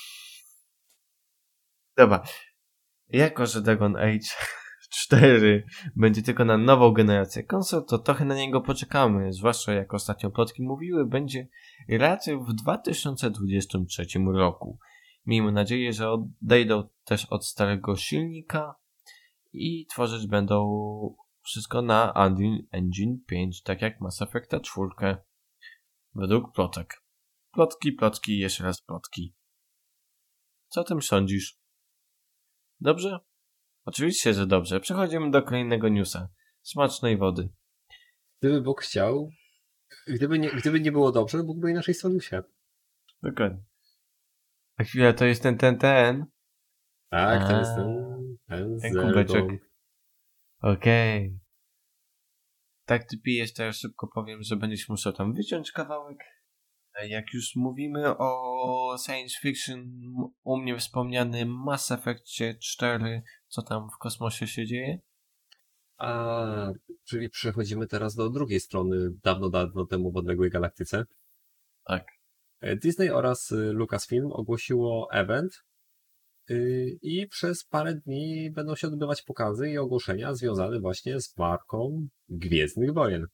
Dobra. Jako, że Dragon Age cztery będzie tylko na nową generację konsol, to trochę na niego poczekamy. Zwłaszcza jak ostatnio plotki mówiły, będzie raczej w dwa tysiące dwudziestym trzecim roku. Miejmy nadzieję, że odejdą też od starego silnika i tworzyć będą wszystko na Unreal Engine pięć, tak jak Mass Effecta cztery. Według plotek. Plotki, plotki, jeszcze raz plotki. Co o tym sądzisz? Dobrze? Oczywiście, że dobrze. Przechodzimy do kolejnego newsa. Smacznej wody. Gdyby Bóg chciał, gdyby nie, gdyby nie było dobrze, Bóg by inaczej stworzył świat. Dokładnie. A chwila, to jest ten, ten, ten. Tak, A, to jest ten, ten, ten Zeldą. kubeczek. Okej. Okay. Tak ty pijesz, to ja szybko powiem, że będziesz musiał tam wyciąć kawałek. Jak już mówimy o science fiction, u mnie wspomniany Mass Effectie cztery, co tam w kosmosie się dzieje? A, czyli przechodzimy teraz do drugiej strony dawno, dawno temu w odległej galaktyce. Tak. Disney oraz Lucasfilm ogłosiło event i przez parę dni będą się odbywać pokazy i ogłoszenia związane właśnie z marką Gwiezdnych Wojen.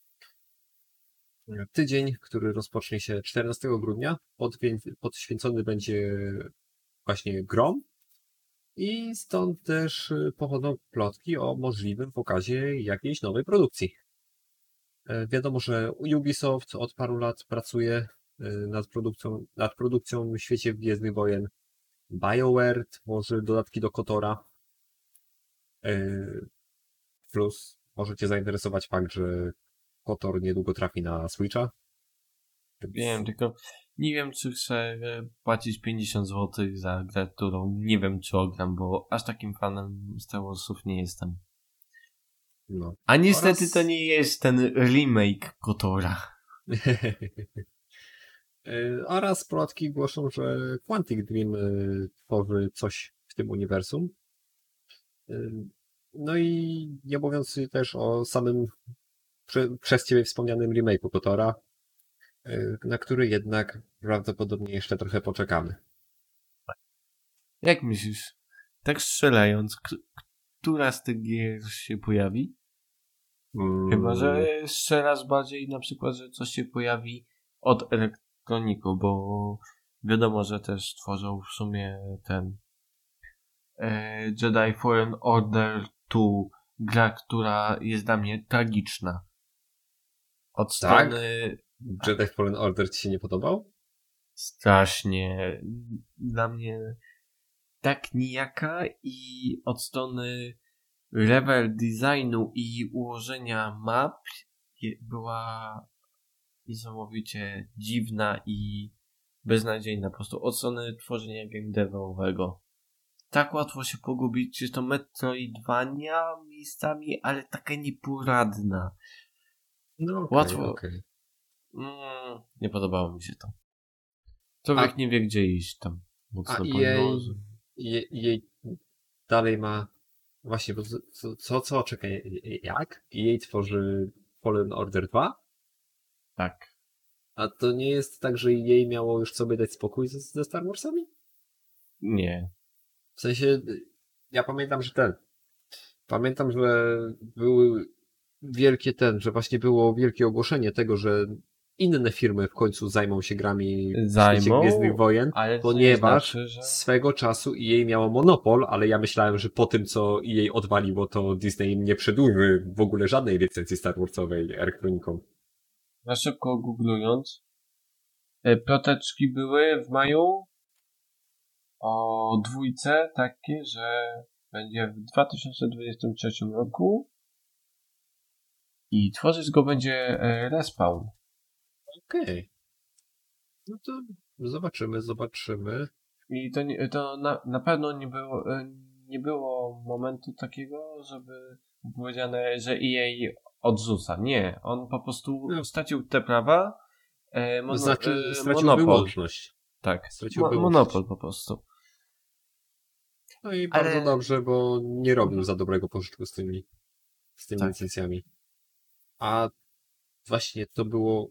Tydzień, który rozpocznie się czternastego grudnia, poświęcony będzie właśnie grom i stąd też pochodzą plotki o możliwym pokazie jakiejś nowej produkcji. Wiadomo, że Ubisoft od paru lat pracuje nad produkcją, nad produkcją w świecie Gwiezdnych Wojen. BioWare tworzy dodatki do KOTORa. Plus może cię zainteresować fakt, że KOTOR niedługo trafi na Switcha. Wiem, tylko nie wiem, czy chcę płacić pięćdziesiąt złotych za grę, którą nie wiem, czy ogram, bo aż takim fanem Star Warsów nie jestem. No. A niestety Oraz... to nie jest ten remake KOTORa. Oraz plotki głoszą, że Quantic Dream tworzy coś w tym uniwersum. No i nie mówiąc też o samym prze, przez ciebie wspomnianym remake'u KOTORa, na który jednak prawdopodobnie jeszcze trochę poczekamy. Jak myślisz, tak strzelając, k- która z tych gier się pojawi? Hmm. Chyba, że strzelasz bardziej na przykład, że coś się pojawi od elektroniku, bo wiadomo, że też tworzą w sumie ten e, Jedi Fallen Order dwa, gra, która jest dla mnie tragiczna. Od tak? strony... Jedi Fallen Order ci się nie podobał? Strasznie. Dla mnie tak nijaka i od strony level designu i ułożenia map była niesamowicie dziwna i beznadziejna. Po prostu od strony tworzenia game devowego. Tak łatwo się pogubić, czy to Metroidvania miejscami, ale taka nieporadna. No okay, łatwo. Okay. Mm, nie podobało mi się to. Człowiek A... nie wie, gdzie iść tam. A jej, jej, jej dalej ma... Właśnie, bo co, co, co czekaj, jak? Jej tworzy Fallen Order dwa? Tak. A to nie jest tak, że jej miało już sobie dać spokój ze, ze Star Warsami? Nie. W sensie, ja pamiętam, że ten... Pamiętam, że były wielkie ten, że właśnie było wielkie ogłoszenie tego, że inne firmy w końcu zajmą się grami zajmą, w świecie Gwiezdnych Wojen, ale ponieważ znaczy, że... swego czasu E A miało monopol, ale ja myślałem, że po tym, co E A odwaliło, to Disney nie przedłuży w ogóle żadnej licencji Star Warsowej elektroniką. Na szybko googlując, ploteczki były w maju o dwójce takie, że będzie w dwa tysiące dwudziestym trzecim roku i tworzyć go będzie Respawn. Okej. Okay. No to zobaczymy, zobaczymy. I to, nie, to na, na pewno nie było, nie było momentu takiego, żeby powiedziane, że E A odrzuca. Nie, on po prostu no. stracił te prawa. E, mono, znaczy, e, stracił monopol. wyłączność. Tak, stracił Mo- wyłączność. monopol po prostu. No i Ale... bardzo dobrze, bo nie robił za dobrego pożytku z tymi, z tymi tak. licencjami. A właśnie to było...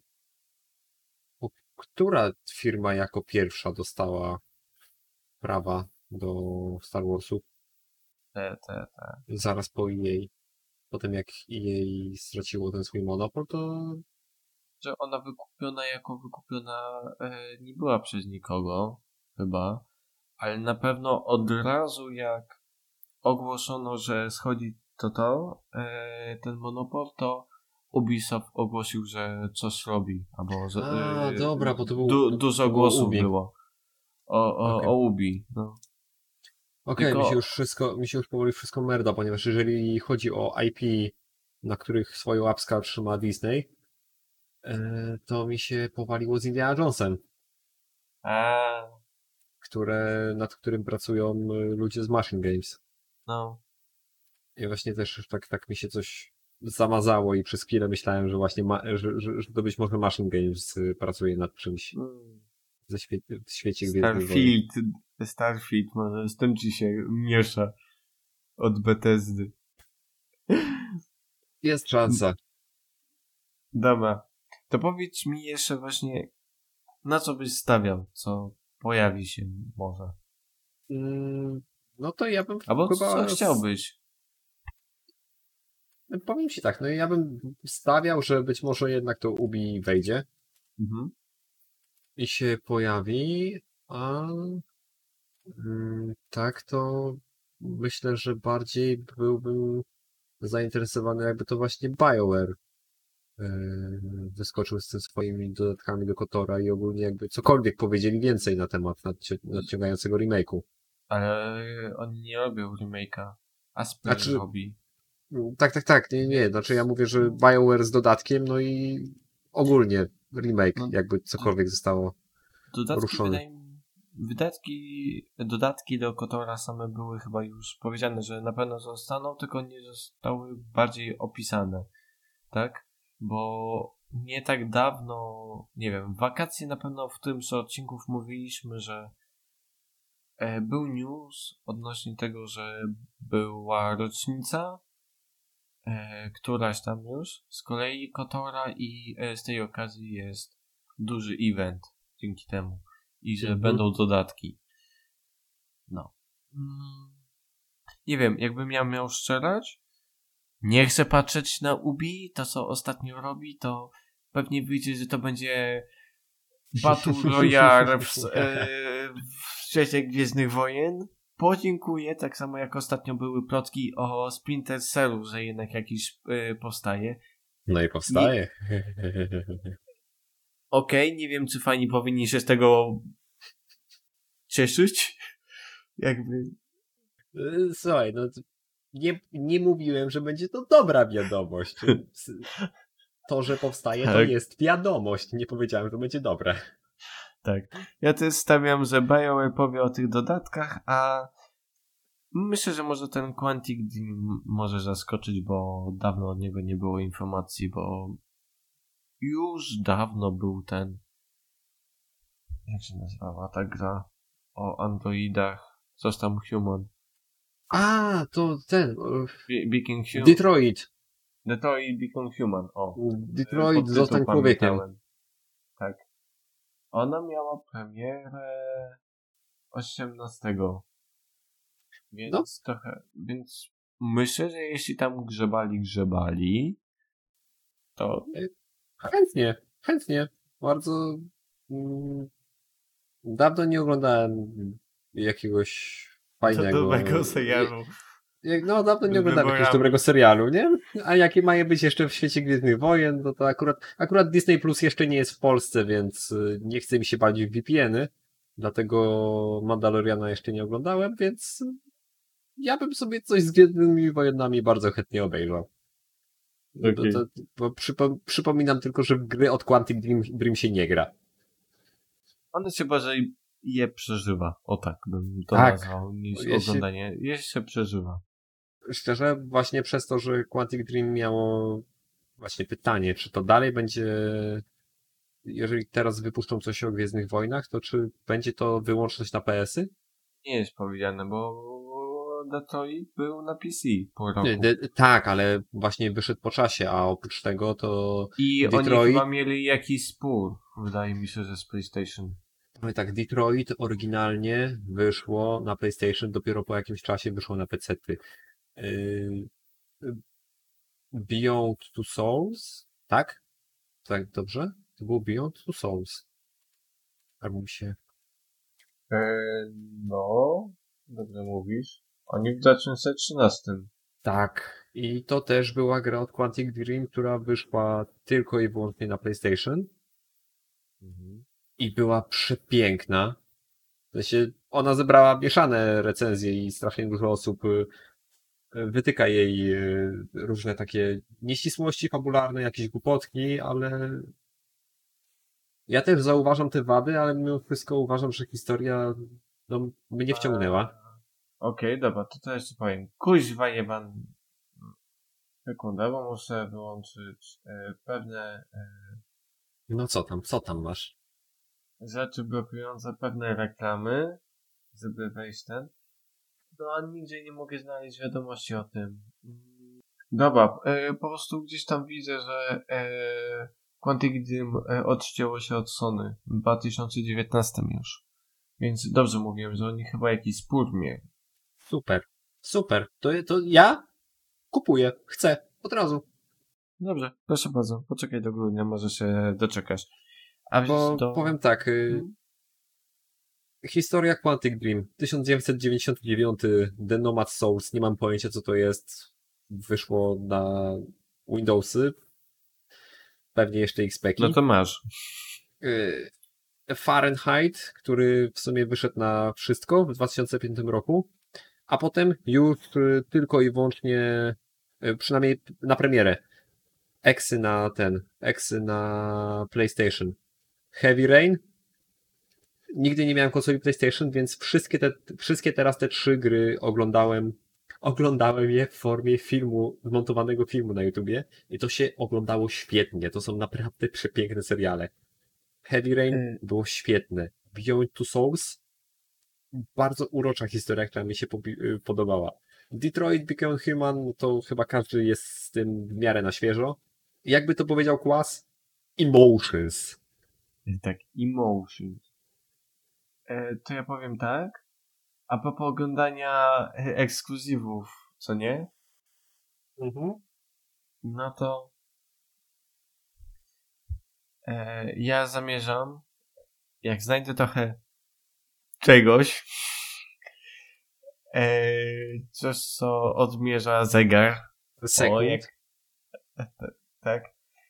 Która firma jako pierwsza dostała prawa do Star Warsów? Te, te, te. Zaraz po E A. Potem jak E A straciło ten swój monopol, to... Że ona wykupiona jako wykupiona e, nie była przez nikogo, chyba. Ale na pewno od razu jak ogłoszono, że schodzi to to, e, ten monopol, to Ubisoft ogłosił, że coś robi. Albo że, A, e, dobra, bo to było... Du, dużo to było głosów Ubi. było. O, o, okay. o Ubi, no. Okej, okay, Tylko... mi się już wszystko, mi się już powoli wszystko merda, ponieważ jeżeli chodzi o I P, na których swoją łapskę trzyma Disney, to mi się powaliło z Indiana Jonesem. A. Które, nad którym pracują ludzie z Machine Games. No. I właśnie też tak, tak mi się coś zamazało i przez chwilę myślałem, że właśnie ma, że, że, że to być może Machine Games pracuje nad czymś mm. ze świe, w świecie Gwiezdnych Wojen. Starfield, Starfield, może z tym ci się miesza od Bethesdy. Jest szansa. Dobra. To powiedz mi jeszcze właśnie, na co byś stawiał, co pojawi się może. Mm, no to ja bym Albo chyba... co chciałbyś? Powiem ci tak, no ja bym stawiał, że być może jednak to Ubi wejdzie mhm. i się pojawi, a mm, tak to myślę, że bardziej byłbym zainteresowany, jakby to właśnie BioWare wyskoczył z tym swoimi dodatkami do Kotora i ogólnie jakby cokolwiek powiedzieli więcej na temat nadci- nadciągającego remake'u. Ale oni nie robią remake'a. Asper znaczy, robi. Tak, tak, tak. Nie, nie. Znaczy ja mówię, że BioWare z dodatkiem, no i ogólnie remake, no, jakby cokolwiek zostało dodatki ruszone. Wydaje mi, wydatki, dodatki do Kotora same były chyba już powiedziane, że na pewno zostaną, tylko nie zostały bardziej opisane. Tak? Bo nie tak dawno, nie wiem, w wakacje na pewno w którymś z odcinków mówiliśmy, że e, był news odnośnie tego, że była rocznica, e, któraś tam już, z kolei Kotora i e, z tej okazji jest duży event dzięki temu i że mhm. będą dodatki. No. Mm, nie wiem, jakbym ja miał strzelać, nie chcę patrzeć na Ubi, to co ostatnio robi, to pewnie wyjdzie, że to będzie Battle Royale w, e, w świecie Gwiezdnych Wojen. Podziękuję, tak samo jak ostatnio były plotki o Splinter Cellu, że jednak jakiś e, powstaje. No i powstaje. Okej, okay, nie wiem, czy fani powinni się z tego cieszyć. Jakby... Słuchaj, no... Nie, nie mówiłem, że będzie to dobra wiadomość. To, że powstaje, tak. To jest wiadomość. Nie powiedziałem, że będzie dobre. Tak. Ja też stawiam, że BioWare powie o tych dodatkach, a myślę, że może ten Quantic Dream może zaskoczyć, bo dawno od niego nie było informacji, bo już dawno był ten, jak się nazywała ta gra o androidach, coś tam Human. A, to ten. Become Human. Detroit. Detroit Become Human. O. Detroit zostań człowiekiem. Tak. Ona miała premierę osiemnastego. Więc no. trochę. Więc myślę, że jeśli tam grzebali, grzebali, to. Chętnie, chętnie. Bardzo. Mm, dawno nie oglądałem jakiegoś fajnego. Dobrego serialu. No, dawno nie oglądałem jakiegoś dobrego serialu, nie? A jakie mają być jeszcze w świecie Gwiezdnych Wojen, no to akurat, akurat Disney Plus jeszcze nie jest w Polsce, więc nie chce mi się palić w V P N-y. dlatego Mandaloriana jeszcze nie oglądałem, więc ja bym sobie coś z Gwiezdnymi Wojnami bardzo chętnie obejrzał. Okay. Bo to, bo przypo, przypominam tylko, że w gry od Quantic Dream, Dream się nie gra. One się bardziej je przeżywa. O tak bym to tak. nazwał, niż je oglądanie. Je się przeżywa. Szczerze, właśnie przez to, że Quantic Dream miało właśnie pytanie, czy to dalej będzie, jeżeli teraz wypuszczą coś o Gwiezdnych Wojnach, to czy będzie to wyłączność na P S y? Nie jest powiedziane, bo Detroit był na P C po roku. Nie, de, tak, ale właśnie wyszedł po czasie, a oprócz tego to I Detroit... oni chyba mieli jakiś spór, wydaje mi się, że z PlayStation. No tak, Detroit oryginalnie wyszło na PlayStation, dopiero po jakimś czasie wyszło na pecety. Yy, Beyond Two Souls, tak? Tak, dobrze? To było Beyond Two Souls. Albo mi się... Eee, no, dobrze mówisz. Oni w dwa tysiące trzynastym. Tak. I to też była gra od Quantic Dream, która wyszła tylko i wyłącznie na PlayStation. Mhm. I była przepiękna. W sensie ona zebrała mieszane recenzje i strasznie dużo osób wytyka jej różne takie nieścisłości fabularne, jakieś głupotki, ale ja też zauważam te wady, ale mimo wszystko uważam, że historia no, mnie wciągnęła. Okej, okay, dobra, to to jeszcze powiem. Kuźwa jeban. Sekundę, bo muszę wyłączyć e, pewne e, No co tam, co tam masz? rzeczy blokujące pewne reklamy, żeby wejść ten. No a nigdzie nie mogę znaleźć wiadomości o tym. Dobra, e, po prostu gdzieś tam widzę, że e, Quantic Dream e, odcięło się od Sony w dwa tysiące dziewiętnastym już. Więc dobrze mówiłem, że oni chyba jakiś spór mieli. Super, super. To, to ja kupuję, chcę, od razu. Dobrze, proszę bardzo, poczekaj do grudnia, może się doczekasz. A Bo do... powiem tak, hmm? Historia Quantic Dream, tysiąc dziewięćset dziewięćdziesiąty dziewiąty, The Nomad Souls, nie mam pojęcia co to jest, wyszło na Windowsy, pewnie jeszcze X P ki. No to masz. Fahrenheit, który w sumie wyszedł na wszystko w dwa tysiące piątym roku, a potem już tylko i wyłącznie, przynajmniej na premierę, Eksy na ten, Eksy na PlayStation. Heavy Rain. Nigdy nie miałem konsoli PlayStation, więc wszystkie te, wszystkie teraz te trzy gry oglądałem, oglądałem je w formie filmu, zmontowanego filmu na YouTubie i to się oglądało świetnie. To są naprawdę przepiękne seriale. Heavy Rain y- było świetne. Beyond Two Souls, bardzo urocza historia, która mi się po- podobała. Detroit Become Human, to chyba każdy jest z tym w miarę na świeżo. Jakby to powiedział Kłas? Emotions. Tak, Emotions. E, to ja powiem tak. A propos oglądania ekskluzywów, co nie? Mhm. No to e, ja zamierzam, jak znajdę trochę czegoś, e, coś co odmierza zegar. Sekund. O, jak, tak.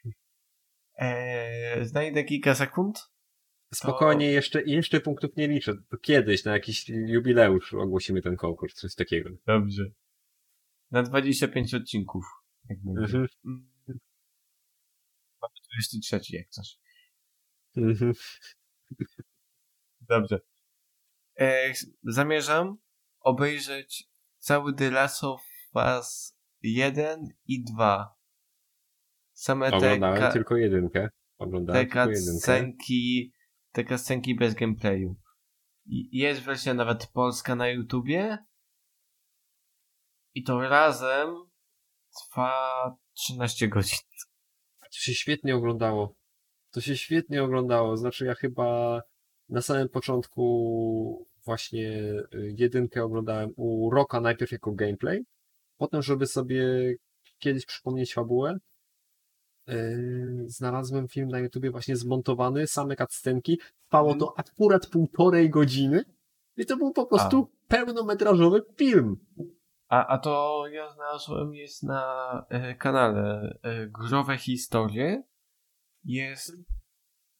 E, znajdę kilka sekund. Spokojnie, to... jeszcze, jeszcze punktów nie liczę. To kiedyś na jakiś jubileusz ogłosimy ten konkurs, coś takiego. Dobrze. Na dwadzieścia pięć odcinków. Jak będzie. Mhm. dwudziesty trzeci jak coś. Mhm. Dobrze. E, zamierzam obejrzeć cały The Last of Us jeden i dwa. Same Oglądałem te ka- tylko jedynkę. Oglądałem te tylko jedynkę. Scenki, te cutscenki bez gameplayu. Jest wersja nawet polska na YouTubie. I to razem trwa trzynaście godzin. To się świetnie oglądało. To się świetnie oglądało. Znaczy ja chyba na samym początku właśnie jedynkę oglądałem u Rocka najpierw jako gameplay. Potem, żeby sobie kiedyś przypomnieć fabułę, Yy, znalazłem film na YouTubie właśnie zmontowany, same cutscenki. Trwało to akurat półtorej godziny i to był po prostu a. pełnometrażowy film. A, a to ja znalazłem, jest na e, kanale e, Growe Historie. Jest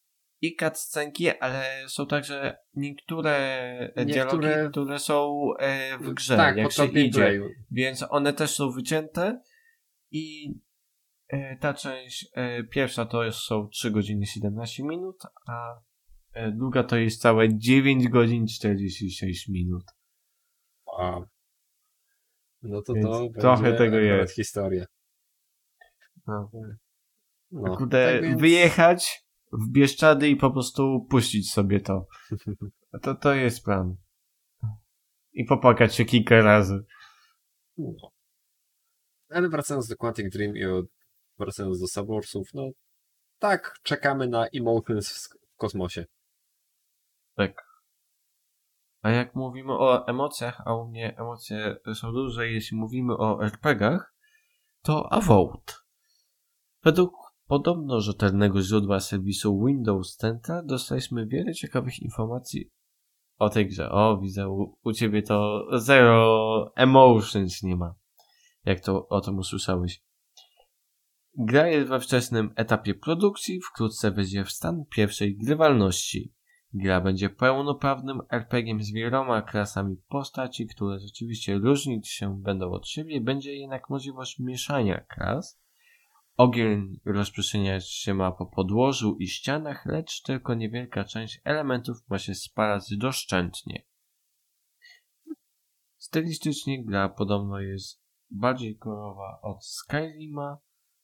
i cutscenki, ale są także niektóre, niektóre... dialogi, które są e, w grze, tak, jak się idzie. Playu. Więc one też są wycięte i e, ta część e, pierwsza to jest, są trzy godziny siedemnaście minut, a e, druga to jest całe dziewięć godzin czterdzieści sześć minut. Wow. No to Więc to trochę będzie tego akurat jest. historia. No. No, Kurde, tak więc... wyjechać w Bieszczady i po prostu puścić sobie to. To, to jest plan. I popłakać się kilka razy. No. Ale wracając do Quantic Dream i od... wracając do Subwarsów, no tak, czekamy na Emotions w kosmosie. Tak. A jak mówimy o emocjach, a u mnie emocje są duże, jeśli mówimy o er pe gach, to Avowed. Według podobno rzetelnego źródła serwisu Windows Central dostaliśmy wiele ciekawych informacji o tej grze. O, widzę, u, u ciebie to zero emotions nie ma. Jak to o tym usłyszałeś. Gra jest we wczesnym etapie produkcji, wkrótce wejdzie w stan pierwszej grywalności. Gra będzie pełnoprawnym er pe giem z wieloma klasami postaci, które rzeczywiście różnić się będą od siebie. Będzie jednak możliwość mieszania klas. Ogień rozprzestrzeniać się ma po podłożu i ścianach, lecz tylko niewielka część elementów ma się spalać doszczętnie. Stylistycznie gra podobno jest bardziej kolorowa od Skyrima,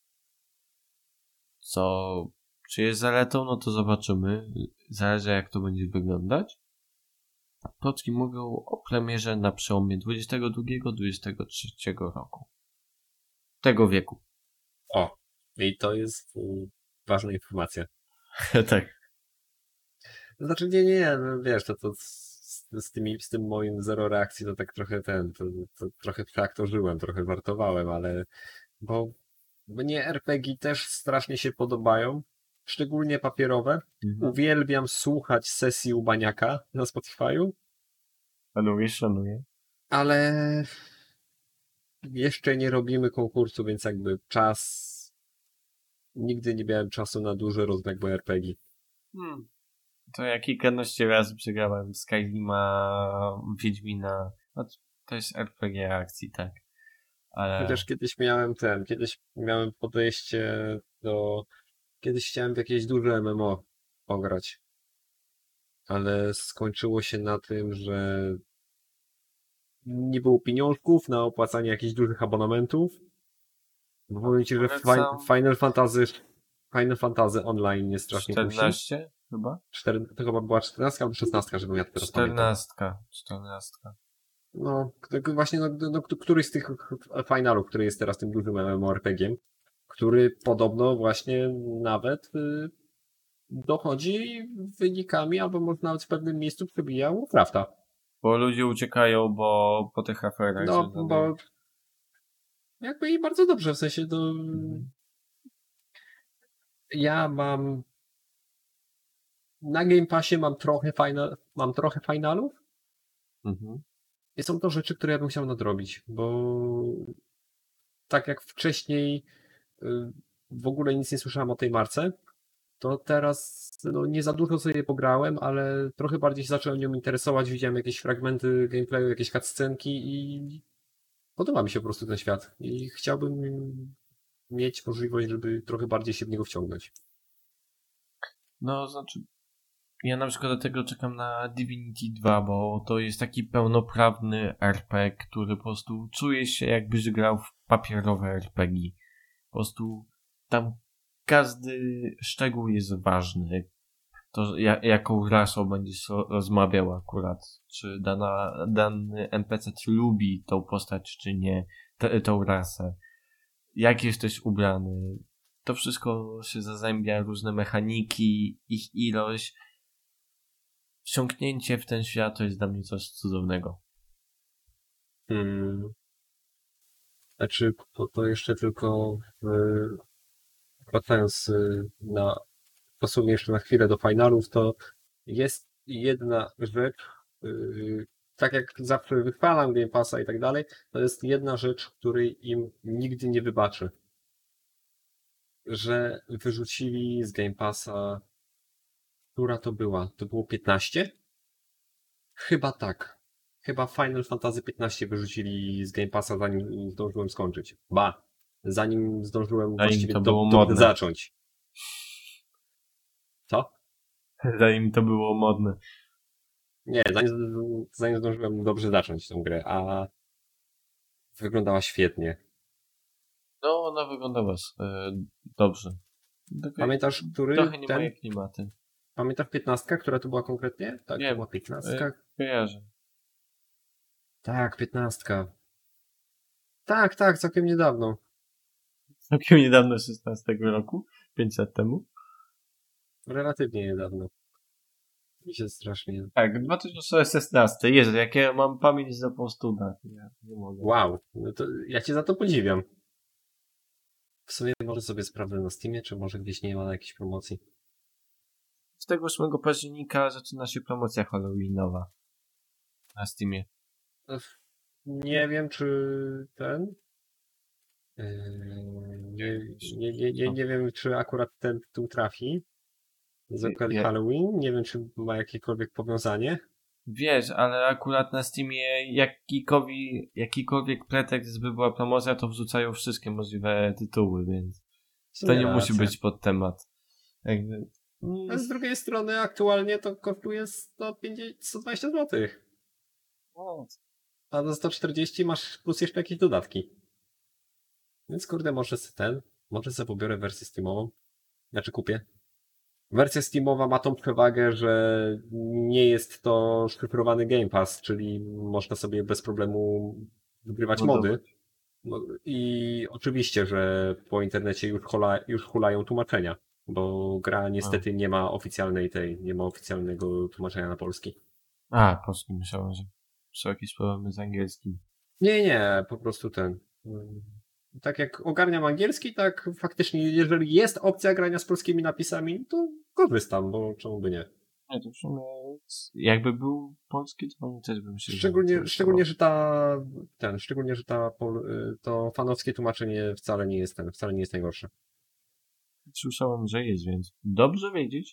co czy jest zaletą, no to zobaczymy. Zależy jak to będzie wyglądać. Plotki mówią o premierze na przełomie dwudziestego drugiego do dwudziestego trzeciego roku. Tego wieku. O, i to jest y, ważna informacja. Tak. Znaczy nie, nie, no wiesz, to, to z, z, tymi, z tym moim zero reakcji to tak trochę ten, to, to trochę tak to żyłem, trochę wartowałem, ale bo mnie er pe gie też strasznie się podobają, szczególnie papierowe. Mhm. Uwielbiam słuchać sesji u Baniaka na Spotify'u. Szanuję, szanuję. Ale jeszcze nie robimy konkursu, więc jakby czas... Nigdy nie miałem czasu na duże rozległe er pe gie. Hmm. To ja kilkanaście razy przegrałem Skyrima, Wiedźmina. No, to jest er pe gie akcji, tak. Ale... Chociaż kiedyś miałem ten, kiedyś miałem podejście do... Kiedyś chciałem w jakieś duże em em o pograć. Ale skończyło się na tym, że nie było pieniążków na opłacanie jakichś dużych abonamentów. Bo powiem ci, że Polecam. Final Fantasy Final Fantasy Online jest strasznie kusi. czternaście chyba? Cztery, to chyba była czternastka albo szesnastka, żebym ja teraz pamiętał. czternastka. czternastka. No, k- właśnie no, no, k- któryś z tych finalów, który jest teraz tym dużym MMORPG-iem, który podobno właśnie nawet y, dochodzi wynikami, albo może nawet w pewnym miejscu przebija Warcrafta. Bo ludzie uciekają, bo po tych aferach. No, że bo jakby i bardzo dobrze, w sensie to... Mhm. Ja mam... Na Game Passie mam trochę, final, mam trochę finalów. Mhm. I są to rzeczy, które ja bym chciał nadrobić, bo tak jak wcześniej y, w ogóle nic nie słyszałem o tej marce, to teraz no, nie za dużo sobie pograłem, ale trochę bardziej się zacząłem nią interesować, widziałem jakieś fragmenty gameplayu, jakieś cutscenki i podoba mi się po prostu ten świat i chciałbym mieć możliwość, żeby trochę bardziej się w niego wciągnąć. No, znaczy ja na przykład do tego czekam na Divinity dwa, bo to jest taki pełnoprawny er pe, który po prostu czuje się jakbyś grał w papierowe er pe gie. Po prostu tam każdy szczegół jest ważny. To ja, jaką rasą będziesz rozmawiał akurat. Czy dana, dany en pe ce lubi tą postać, czy nie. T- tą rasę. Jak jesteś ubrany. To wszystko się zazębia, różne mechaniki, ich ilość. Wsiąknięcie w ten świat to jest dla mnie coś cudownego. Hmm. Znaczy, to, to jeszcze tylko w, wracając na dosłownie jeszcze na chwilę do finalów, to jest jedna rzecz, yy, tak jak zawsze wychwalam Game Passa i tak dalej, to jest jedna rzecz, której im nigdy nie wybaczę. Że wyrzucili z Game Passa Która to była? To było piętnaście? Chyba tak. Chyba Final Fantasy piętnaście wyrzucili z Game Passa, zanim zdążyłem skończyć. Ba, zanim zdążyłem Zanim właściwie to do, było do, modne. zacząć. Co? Zanim to było modne. Nie, zanim, zanim zdążyłem dobrze zacząć tę grę, a wyglądała świetnie. No, ona wyglądała e, dobrze. Tylko Pamiętasz, który trochę nie ten... moje klimaty. Pamiętasz piętnastka, która to była konkretnie? Tak, Nie, to była piętnastka. E, kojarzę. Tak, piętnastka. Tak, tak, całkiem niedawno. Całkiem niedawno, szesnastego roku, pięć lat temu. Relatywnie niedawno. Mi się strasznie... Tak, dwa tysiące szesnasty. Jezu, jak ja mam pamięć za po studach. Ja nie mogę. Wow, no to ja cię za to podziwiam. W sumie może sobie sprawdzę na Steamie, czy może gdzieś nie ma na jakiejś promocji. czterdziestego ósmego października zaczyna się promocja halloweenowa na Steamie. Nie wiem, czy ten... Yy, nie, nie, nie, nie, nie wiem, czy akurat ten tytuł trafi. Z okazji Ja- Halloween. Nie wiem, czy ma jakiekolwiek powiązanie. Wiesz, ale akurat na Steamie jakikolwiek, jakikolwiek pretekst, by była promocja, to wrzucają wszystkie możliwe tytuły, więc W sumie to nie musi racja. być pod temat. Jakby... A z drugiej strony aktualnie to kosztuje sto pięćdziesiąt, sto dwadzieścia złotych. No, A za sto czterdzieści masz plus jeszcze jakieś dodatki. Więc kurde, może se ten, może sobie pobiorę wersję Steamową. Znaczy kupię. Wersja Steamowa ma tą przewagę, że nie jest to szyfrowany Game Pass, czyli można sobie bez problemu wygrywać Modować. mody. No, i oczywiście, że po internecie już, hula, już hulają tłumaczenia, bo gra niestety nie ma oficjalnej tej, nie ma oficjalnego tłumaczenia na polski. A, polski myślałem, że są jakieś problemy z angielskim. Nie, nie, po prostu ten. mm, Tak jak ogarniam angielski, tak faktycznie, jeżeli jest opcja grania z polskimi napisami, to korzystam, bo czemu by nie. Nie, to w sumie jakby był polski, to oni też bym się... Szczególnie, szczególnie, że ta, ten, szczególnie, że ta, pol- to fanowskie tłumaczenie wcale nie jest ten, wcale nie jest najgorsze. Słyszałem, że jest, więc dobrze wiedzieć.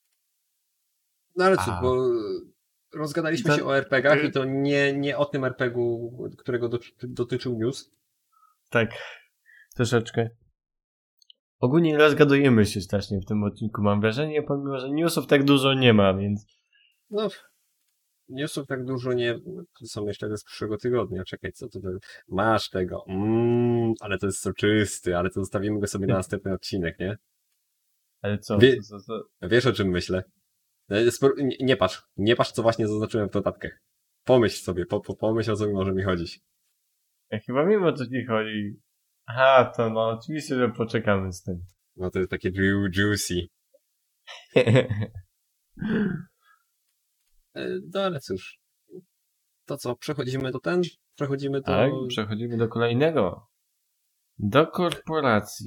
No ale cóż, A. bo rozgadaliśmy To- się o er pe gach i to nie, nie o tym er pe gu, którego doty- dotyczył news. Tak, troszeczkę. Ogólnie rozgadujemy się strasznie w tym odcinku, mam wrażenie, pomimo że newsów tak dużo nie ma, więc... No, newsów tak dużo nie, są jeszcze z przyszłego tygodnia. Czekaj, co to masz tego? Mm, ale to jest soczysty, ale to zostawimy go sobie na następny odcinek, nie? Ale co? Wie- co, co, co? Wiesz, o czym myślę? E, spor- Nie, nie patrz, nie patrz, co właśnie zaznaczyłem w notatkach. Pomyśl sobie, po, po, pomyśl, o co mi może mi chodzić. Ja chyba wiem, o co ci chodzi. Aha, to no, oczywiście, że poczekamy z tym. No to jest takie ju- juicy. E, No ale cóż. To co, przechodzimy do ten? Przechodzimy do... Tak, przechodzimy do kolejnego. Do korporacji.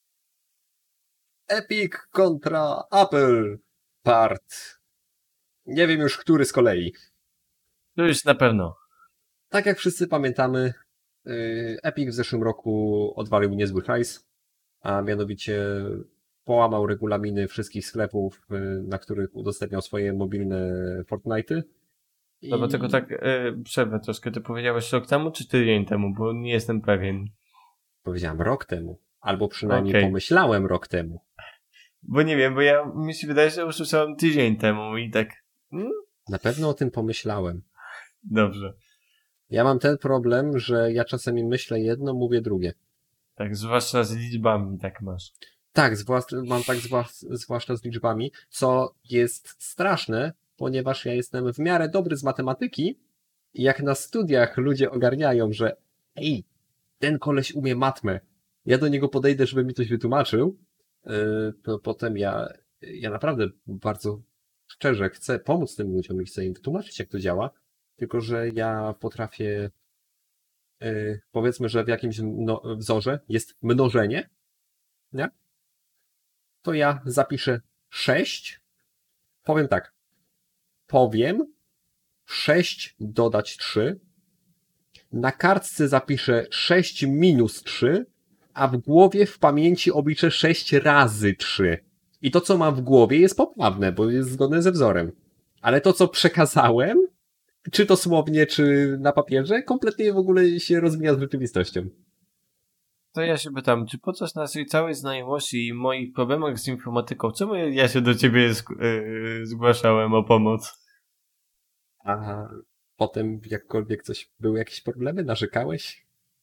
Epic kontra Apple part. Nie wiem już, który z kolei. To już na pewno. Tak jak wszyscy pamiętamy, yy, Epic w zeszłym roku odwalił niezły hajs, a mianowicie połamał regulaminy wszystkich sklepów, yy, na których udostępniał swoje mobilne Fortnite'y. I... No bo tylko tak e, przerwę troszkę. Ty powiedziałeś rok temu czy tydzień temu, bo nie jestem pewien. Powiedziałem rok temu, albo przynajmniej Okej. pomyślałem rok temu. Bo nie wiem, bo ja mi się wydaje, że usłyszałem tydzień temu i tak... Hmm? Na pewno o tym pomyślałem. Dobrze. Ja mam ten problem, że ja czasami myślę jedno, mówię drugie. Tak, zwłaszcza z liczbami tak masz. Tak, zwłaszcza, mam tak zwłaszcza, zwłaszcza z liczbami, co jest straszne, ponieważ ja jestem w miarę dobry z matematyki i jak na studiach ludzie ogarniają, że ej, ten koleś umie matmę, ja do niego podejdę, żeby mi coś wytłumaczył, yy, to potem ja, ja naprawdę bardzo szczerze chcę pomóc tym ludziom i chcę im wytłumaczyć, jak to działa, tylko że ja potrafię, yy, powiedzmy, że w jakimś mno, wzorze jest mnożenie, nie? To ja zapiszę sześć. Powiem tak. Powiem sześć dodać trzy. Na kartce zapiszę sześć minus trzy, a w głowie w pamięci obliczę sześć razy trzy. I to, co mam w głowie, jest poprawne, bo jest zgodne ze wzorem. Ale to, co przekazałem, czy to słownie, czy na papierze, kompletnie w ogóle się rozmija z rzeczywistością. To ja się pytam, czy podczas naszej całej znajomości i moich problemach z informatyką, czemu ja się do ciebie sk- yy, zgłaszałem o pomoc? A potem jakkolwiek coś, były jakieś problemy? Narzekałeś?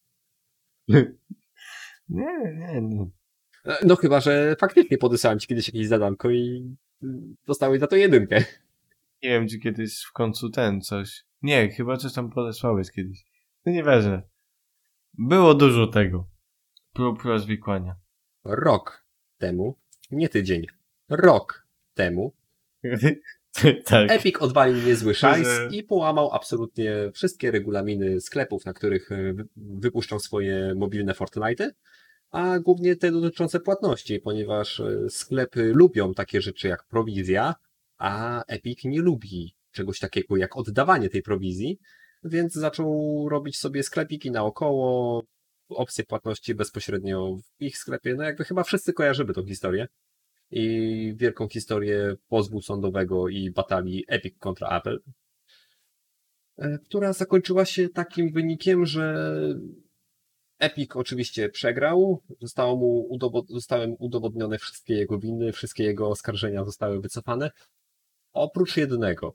Nie, nie, nie. No chyba, że faktycznie podesłałem ci kiedyś jakieś zadanko i dostałeś za to jedynkę. Nie wiem, czy kiedyś w końcu ten coś. Nie, chyba coś tam podesłałeś kiedyś. No nieważne. Było dużo tego. Prób rozwikłania. Rok temu, nie tydzień, rok temu Tak. Epic odwalił niezły szajs Że- i połamał absolutnie wszystkie regulaminy sklepów, na których e, wy- wypuszczał swoje mobilne Fortnite'y, a głównie te dotyczące płatności, ponieważ e, sklepy lubią takie rzeczy jak prowizja, a Epic nie lubi czegoś takiego jak oddawanie tej prowizji, więc zaczął robić sobie sklepiki naokoło, opcje płatności bezpośrednio w ich sklepie. No jakby chyba wszyscy kojarzymy tą historię i wielką historię pozwu sądowego i batalii Epic kontra Apple, e, która zakończyła się takim wynikiem, że Epic oczywiście przegrał, zostało mu udowod- zostały mu udowodnione wszystkie jego winy, wszystkie jego oskarżenia zostały wycofane, oprócz jednego.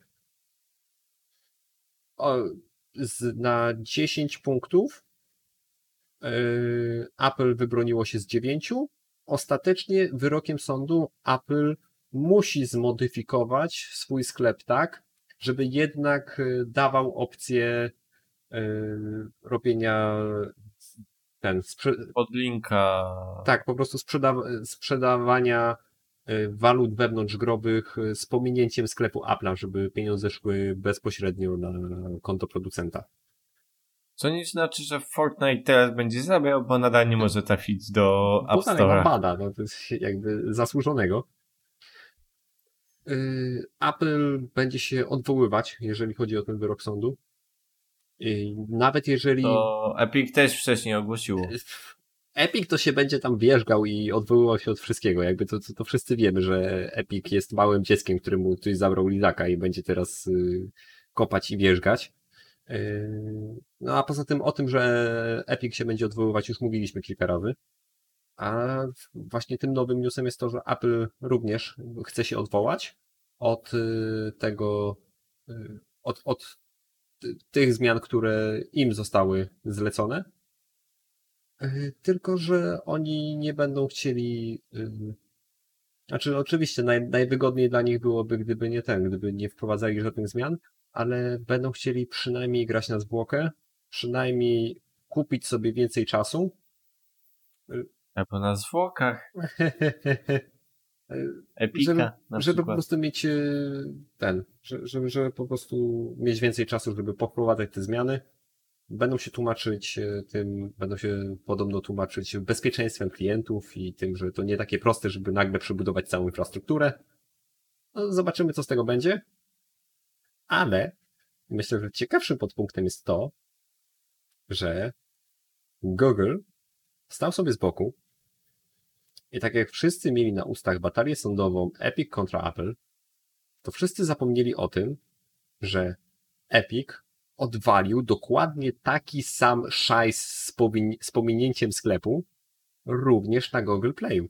O, z, na dziesięć punktów yy, Apple wybroniło się z dziewięciu. Ostatecznie wyrokiem sądu Apple musi zmodyfikować swój sklep tak, żeby jednak yy, dawał opcję yy, robienia ten, sprze- Od linka. tak, po prostu sprzeda- sprzedawania y, walut wewnątrzgrowych y, z pominięciem sklepu Apple'a, żeby pieniądze szły bezpośrednio na konto producenta. Co nie znaczy, że Fortnite teraz będzie zabrał, bo nadal nie może trafić do App Bo dalej ma Store'a. bada, no to jest jakby zasłużonego. Y, Apple będzie się odwoływać, jeżeli chodzi o ten wyrok sądu. I nawet jeżeli To Epic też wcześniej ogłosiło. Epic to się będzie tam wierzgał i odwoływał się od wszystkiego. Jakby to, to, to wszyscy wiemy, że Epic jest małym dzieckiem, któremu ktoś zabrał lizaka i będzie teraz y, kopać i wierzgać. Y, no a poza tym o tym, że Epic się będzie odwoływać, już mówiliśmy kilka razy. A właśnie tym nowym newsem jest to, że Apple również chce się odwołać od y, tego, y, od, od ty- tych zmian, które im zostały zlecone. Y, Tylko, że oni nie będą chcieli. y, Znaczy, oczywiście naj, najwygodniej dla nich byłoby, gdyby nie ten, gdyby nie wprowadzali żadnych zmian, ale będą chcieli przynajmniej grać na zwłokę, przynajmniej kupić sobie więcej czasu. Albo na zwłokach Epika żeby, na żeby po przykład. prostu mieć y, ten, że- żeby, żeby po prostu mieć więcej czasu, żeby poprowadzać te zmiany. Będą się tłumaczyć y, tym, będą się podobno tłumaczyć bezpieczeństwem klientów i tym, że to nie takie proste, żeby nagle przebudować całą infrastrukturę. No, zobaczymy, co z tego będzie. Ale myślę, że ciekawszym podpunktem jest to, że Google stał sobie z boku i tak jak wszyscy mieli na ustach batalię sądową Epic kontra Apple, to wszyscy zapomnieli o tym, że Epic odwalił dokładnie taki sam szajs z, powin- z pominięciem sklepu również na Google Play.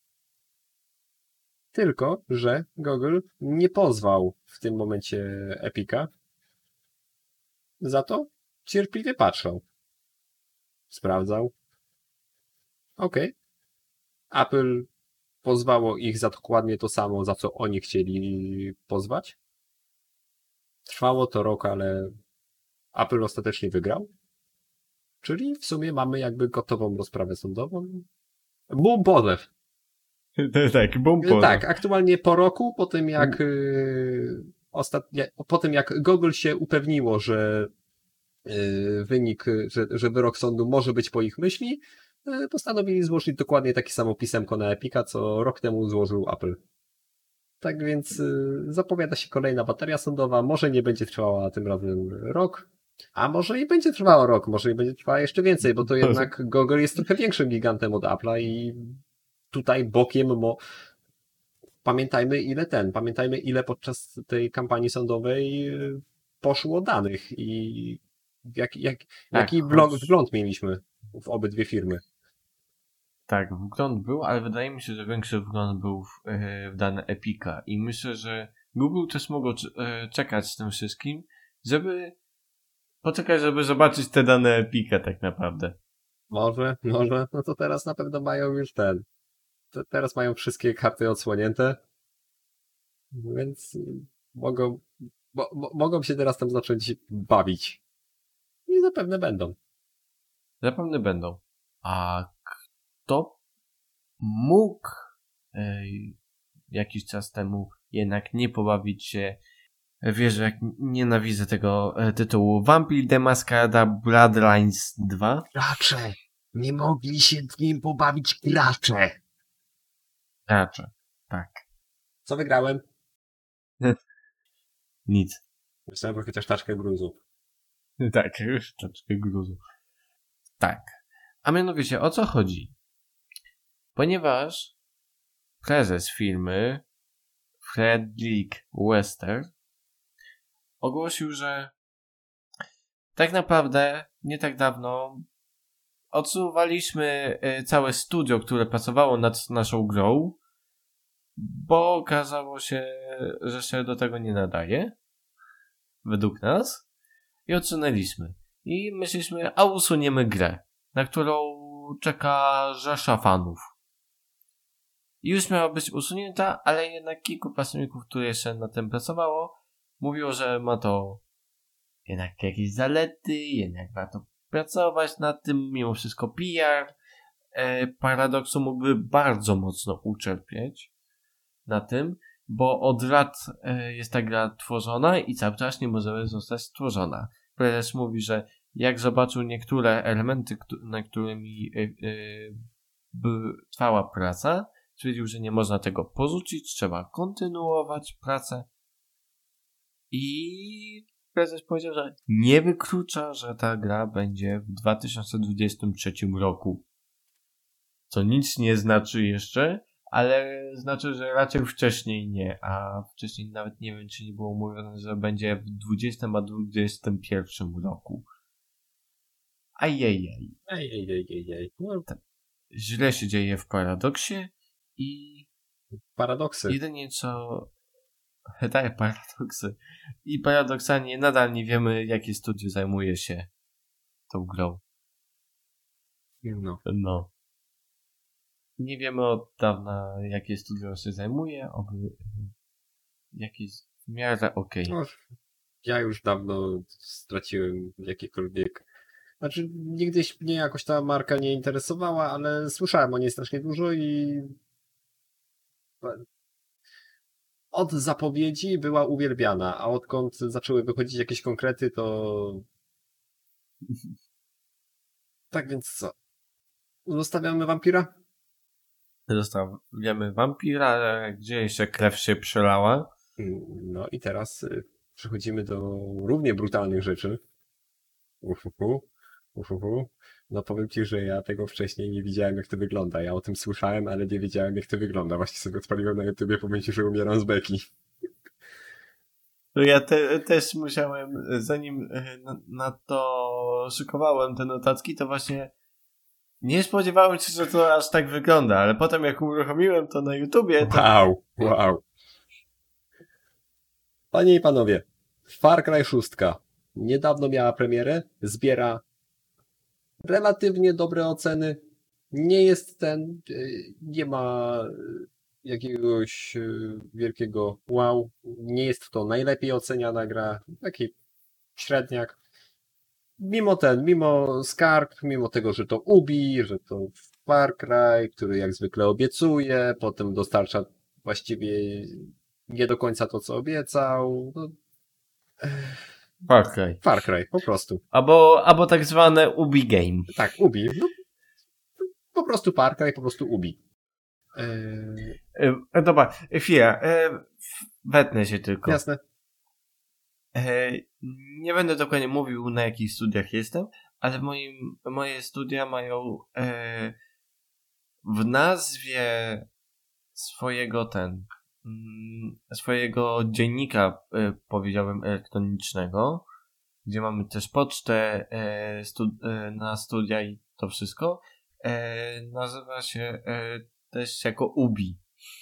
Tylko, że Google nie pozwał w tym momencie Epica, za to cierpliwie patrzał. Sprawdzał. Okej. Apple pozwało ich za dokładnie to samo, za co oni chcieli pozwać. Trwało to rok, ale Apple ostatecznie wygrał. Czyli w sumie mamy jakby gotową rozprawę sądową. Bum, pozew. Tak, bum Tak, aktualnie po roku, po tym jak yy, ostatnie, po tym jak Google się upewniło, że yy, wynik, że, że wyrok sądu może być po ich myśli, yy, postanowili złożyć dokładnie takie samo pisemko na Epica, co rok temu złożył Apple. Tak więc yy, zapowiada się kolejna bateria sądowa, może nie będzie trwała tym razem rok, a może i będzie trwała rok, może i będzie trwała jeszcze więcej, bo to jednak Google jest trochę większym gigantem od Apple'a i tutaj bokiem mo... pamiętajmy ile ten, pamiętajmy ile podczas tej kampanii sądowej y, poszło danych i jak, jak, Tak, jaki choć- wgląd, wgląd mieliśmy w obydwie firmy. Tak, wgląd był, ale wydaje mi się, że większy wgląd był w, e, w dane Epica i myślę, że Google też mogło c- e, czekać z tym wszystkim, żeby poczekać, żeby zobaczyć te dane Epica tak naprawdę. Może, może, no to teraz na pewno mają już ten. Te, teraz mają wszystkie karty odsłonięte, więc y, mogą, mo, mo, mogą się teraz tam zacząć bawić. I zapewne będą. Zapewne będą. A kto mógł e, jakiś czas temu jednak nie pobawić się, wiesz, jak nienawidzę tego e, tytułu, Vampire the Masquerade Bloodlines dwa? Gracze! Nie mogli się w nim pobawić gracze! Raczej, tak. Co wygrałem? Nic. Myślałem, że chociaż taczkę gruzu. Tak, już troszeczkę gruzu. Tak. A mianowicie, o co chodzi? Ponieważ prezes firmy Frederick Wester ogłosił, że tak naprawdę nie tak dawno odsuwaliśmy y, całe studio, które pracowało nad naszą grą, bo okazało się, że się do tego nie nadaje, według nas, i odsunęliśmy. I myśleliśmy, a usuniemy grę, na którą czeka rzesza fanów. I już miała być usunięta, ale jednak kilku pracowników, które jeszcze na tym pracowało, mówiło, że ma to jednak jakieś zalety, jednak warto pracować nad tym, mimo wszystko P R. E, Paradoxu mógłby bardzo mocno ucierpieć na tym, bo od lat e, jest ta gra tworzona i cały czas nie może zostać stworzona. Prezes mówi, że jak zobaczył niektóre elementy, na którymi e, e, by trwała praca, stwierdził, że nie można tego porzucić, trzeba kontynuować pracę i prezes powiedział, że nie wyklucza, że ta gra będzie w dwa tysiące dwudziestym trzecim roku. Co nic nie znaczy jeszcze, ale znaczy, że raczej wcześniej nie, a wcześniej nawet nie wiem, czy nie było mówione, że będzie w dwudziestym a dwudziestym pierwszym roku. Ajajaj. Ej, ej, ej, ej, ej. No, Źle się dzieje w Paradoxie i paradoksy. jedynie co... Tak, paradoksy. I paradoksalnie nadal nie wiemy, jakie studio zajmuje się tą grą. No. No. Nie wiemy od dawna, jakie studio się zajmuje, oby jakieś w miarę okej. No, ja już dawno straciłem jakiekolwiek... Znaczy, nigdyś mnie jakoś ta marka nie interesowała, ale słyszałem o niej strasznie dużo i... Od zapowiedzi była uwielbiana, a odkąd zaczęły wychodzić jakieś konkrety, to... Tak więc co? Zostawiamy wampira? Zostawiamy wampira, gdzie jeszcze krew się przelała. No i teraz y, przechodzimy do równie brutalnych rzeczy. Uhuhu, uhuhu. No powiem ci, że ja tego wcześniej nie widziałem, jak to wygląda. Ja o tym słyszałem, ale nie wiedziałem, jak to wygląda. Właśnie sobie odpaliłem na YouTubie, powiem ci, że umieram z beki. No ja te, też musiałem, zanim na, na to szykowałem te notatki, to właśnie nie spodziewałem się, że to aż tak wygląda, ale potem jak uruchomiłem to na YouTubie, to... Wow, wow. Panie i panowie, Far Cry sześć niedawno miała premierę, zbiera relatywnie dobre oceny. Nie jest ten, y, nie ma y, jakiegoś y, wielkiego wow. Nie jest to najlepiej oceniana gra, taki średniak. Mimo ten, mimo skarg, mimo tego, że to Ubi, że to Far Cry, który jak zwykle obiecuje, potem dostarcza właściwie nie do końca to, co obiecał. No, Far Cry. Far Cry, po prostu. Albo, albo tak zwane Ubi Game. Tak, Ubi. No, po prostu Far Cry, po prostu Ubi. Eee, E, dobra, chwila, e, wetnę się tylko. jasne. E, nie będę dokładnie mówił, na jakich studiach jestem, ale w moim, moje studia mają e, w nazwie swojego ten mm, swojego dziennika, y, powiedziałbym, elektronicznego, gdzie mamy też pocztę y, stu- y, na studia i to wszystko. Y, nazywa się y, też jako Ubi.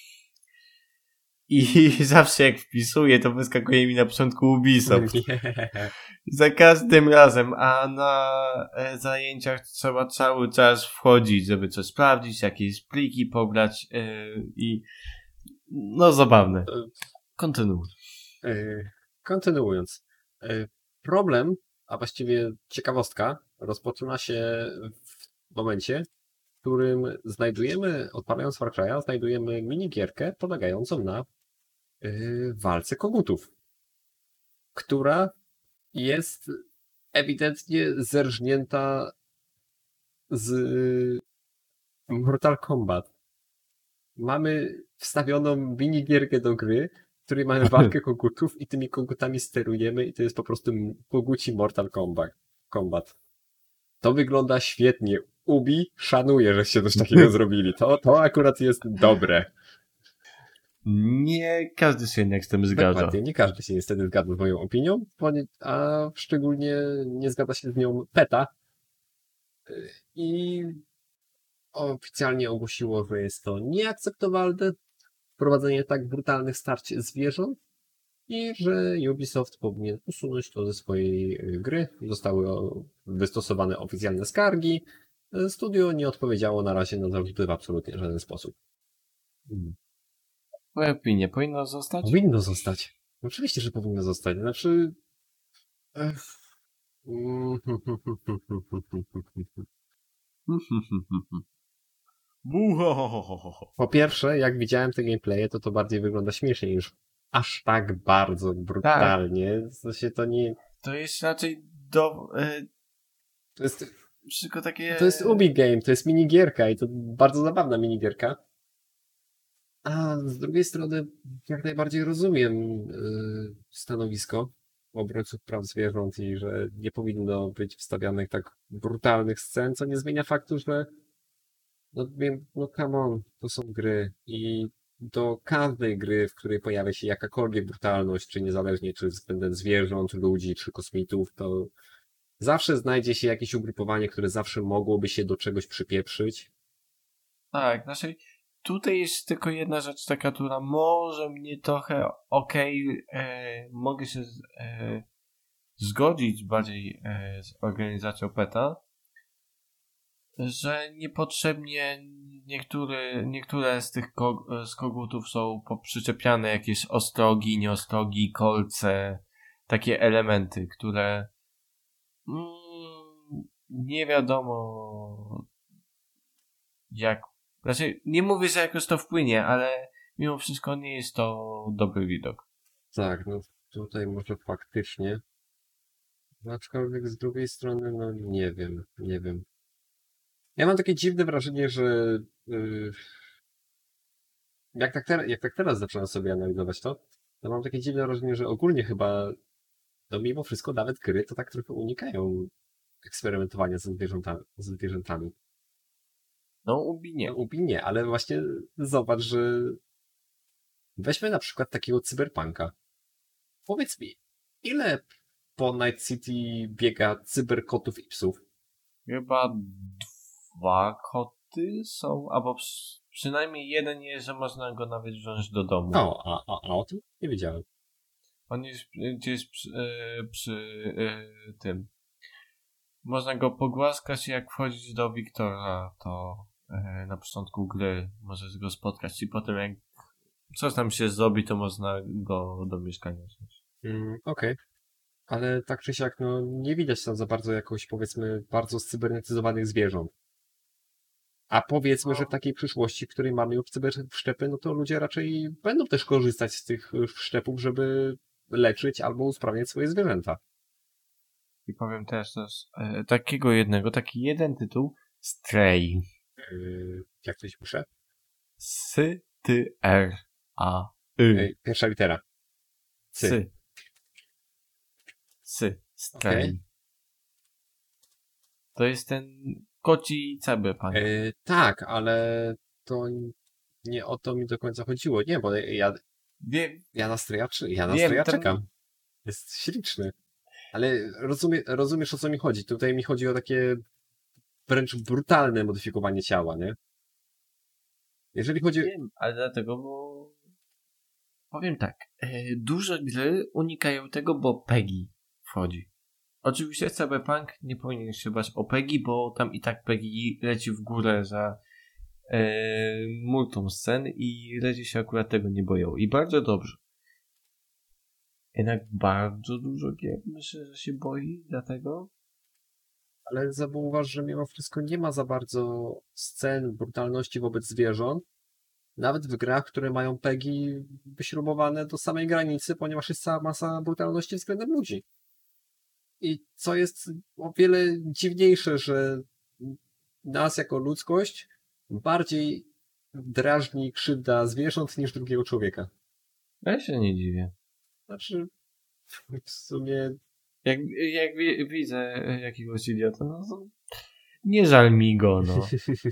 I zawsze jak wpisuję, to wyskakuje mi na początku Ubisoft. Nie. Za każdym razem, a na e, zajęciach trzeba cały czas wchodzić, żeby coś sprawdzić, jakieś pliki pobrać e, i no zabawne. Kontynuuj. E, Kontynuując. E, Problem, a właściwie ciekawostka, rozpoczyna się w momencie, w którym znajdujemy, odpalając Far Cry'a, znajdujemy minigierkę polegającą na e, walce kogutów, która jest ewidentnie zerżnięta z Mortal Kombat. Mamy wstawioną minigierkę do gry, w której mamy walkę kogutów i tymi kogutami sterujemy i to jest po prostu koguci Mortal Kombat. Kombat. To wygląda świetnie. Ubi, szanuję, żeście coś takiego zrobili. To, to akurat jest dobre. Nie każdy się jednak z tym zgadza. Dokładnie, nie każdy się niestety zgadza z moją opinią, a szczególnie nie zgadza się z nią PETA. I oficjalnie ogłosiło, że jest to nieakceptowalne wprowadzenie tak brutalnych starć zwierząt i że Ubisoft powinien usunąć to ze swojej gry. Zostały wystosowane oficjalne skargi. Studio nie odpowiedziało na razie na zarzuty w absolutnie żaden sposób. Moja opinia, powinno zostać? Powinno zostać. Oczywiście, że powinno zostać. Znaczy... Ech. Po pierwsze, jak widziałem te gameplaye, to to bardziej wygląda śmiesznie niż aż tak bardzo brutalnie. Tak. W sensie to nie... To jest raczej do... E... To jest... Wszystko takie... To jest Ubi Game, to jest minigierka i to bardzo zabawna minigierka. A z drugiej strony jak najbardziej rozumiem yy, stanowisko obrońców praw zwierząt i że nie powinno być wstawianych tak brutalnych scen, co nie zmienia faktu, że no wiem, no come on, to są gry i do każdej gry, w której pojawia się jakakolwiek brutalność, czy niezależnie czy względem zwierząt, ludzi, czy kosmitów, to zawsze znajdzie się jakieś ugrupowanie, które zawsze mogłoby się do czegoś przypieprzyć. Tak, znaczy tutaj jest tylko jedna rzecz taka, która może mnie trochę okej, okay, e, mogę się z, e, zgodzić bardziej e, z organizacją PETA, że niepotrzebnie niektóre, niektóre z tych ko, z kogutów są poprzyczepiane jakieś ostrogi, nieostrogi, kolce, takie elementy, które mm, nie wiadomo jak. Znaczy, nie mówię, że jakoś to wpłynie, ale mimo wszystko nie jest to dobry widok. Tak, no tutaj może faktycznie. Aczkolwiek z drugiej strony, no nie wiem, nie wiem. Ja mam takie dziwne wrażenie, że yy, jak, tak te, jak tak teraz zaczynam sobie analizować to, to mam takie dziwne wrażenie, że ogólnie chyba, no mimo wszystko nawet gry to tak trochę unikają eksperymentowania ze zwierzętami. Ze zwierzętami. No, Ubi nie. No, Ubi nie, ale właśnie zobacz, że weźmy na przykład takiego cyberpunka. Powiedz mi, ile po Night City biega cyberkotów i psów? Chyba dwa koty są, albo przy, przynajmniej jeden jest, że można go nawet wziąć do domu. O, a, a, a o tym nie wiedziałem. On jest gdzieś przy, yy, przy yy, tym. Można go pogłaskać, jak wchodzić do Wiktora, to yy, na początku gry możesz go spotkać i potem jak coś tam się zrobi, to można go do mieszkania wziąć. Mm, Okej. Okay. Ale tak czy siak, no nie widać tam za bardzo jakoś, powiedzmy, bardzo cybernetyzowanych zwierząt. A powiedzmy, że w takiej przyszłości, w której mamy już cyberszczepy, no to ludzie raczej będą też korzystać z tych szczepów, żeby leczyć albo usprawniać swoje zwierzęta. I powiem też, też e, takiego jednego, taki jeden tytuł, Stray. Yy, jak coś pisze? S, T, R, A, Y. Yy, pierwsza litera. Sy. Sy. Sy. Stray. Okay. To jest ten koci cyberpunk. Yy, tak, ale to nie o to mi do końca chodziło. Nie, bo ja, Wiem, ja na Stryja, ja na wiem, Stryja tam- czekam. Jest śliczny. Ale rozumie, rozumiesz, o co mi chodzi. Tutaj mi chodzi o takie wręcz brutalne modyfikowanie ciała, nie? Jeżeli chodzi... wiem, ale dlatego, bo powiem tak, e, duże gry unikają tego, bo PEGI wchodzi. Oczywiście Cyberpunk nie powinien się bać o PEGI, bo tam i tak PEGI leci w górę za e, multum scen i ludzie się akurat tego nie boją. I bardzo dobrze. Jednak bardzo dużo gier myślę, że się boi, dlatego Ale zauważ, że mimo wszystko nie ma za bardzo scen brutalności wobec zwierząt. Nawet w grach, które mają PEGI wyśrubowane do samej granicy, ponieważ jest cała masa brutalności względem ludzi. I co jest o wiele dziwniejsze, że nas jako ludzkość bardziej drażni krzywda zwierząt niż drugiego człowieka. ja się nie dziwię. Znaczy, w sumie Jak, jak wi- widzę jakiegoś idiota, no to nie żal mi go, no.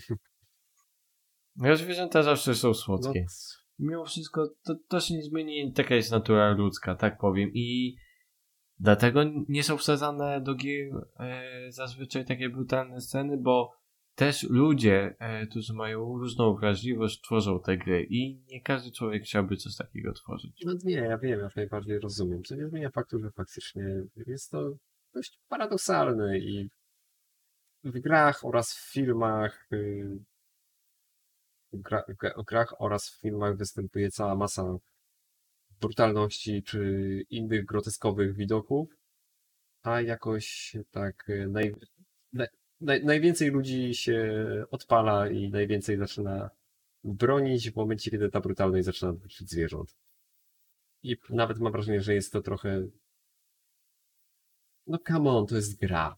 Ja zwierzęta zawsze są no, słodkie. Mimo wszystko to, to się nie zmieni, taka jest natura ludzka, tak powiem. I dlatego nie są wsadzane do gier e, zazwyczaj takie brutalne sceny, bo też ludzie, e, którzy mają różną wrażliwość, tworzą te gry i nie każdy człowiek chciałby coś takiego tworzyć. no nie, ja wiem, ja najbardziej rozumiem. To nie zmienia faktu, że faktycznie jest to dość paradoksalne i w grach oraz w filmach yy, w, gra, w gra- w grach oraz w filmach występuje cała masa brutalności czy innych groteskowych widoków, a jakoś tak yy, naj, naj, naj, najwięcej ludzi się odpala i najwięcej zaczyna bronić w momencie, kiedy ta brutalność zaczyna dotyczyć zwierząt. I nawet mam wrażenie, że jest to trochę... No come on, to jest gra.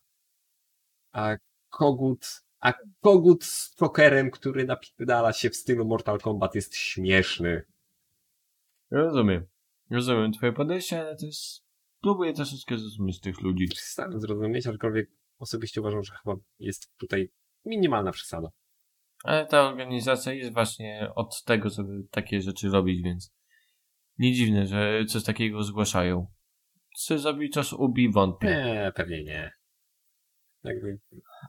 A kogut... A kogut z pokerem, który napierdala się w stylu Mortal Kombat jest śmieszny. Rozumiem. Rozumiem twoje podejście, ale też próbuję troszeczkę zrozumieć tych ludzi. Przestałem zrozumieć, aczkolwiek osobiście uważam, że chyba jest tutaj minimalna przesada. Ale ta organizacja jest właśnie od tego, żeby takie rzeczy robić, więc nie dziwne, że coś takiego zgłaszają. Czy zabiczasz ubi wątpię. Nie, pewnie nie. Jakby...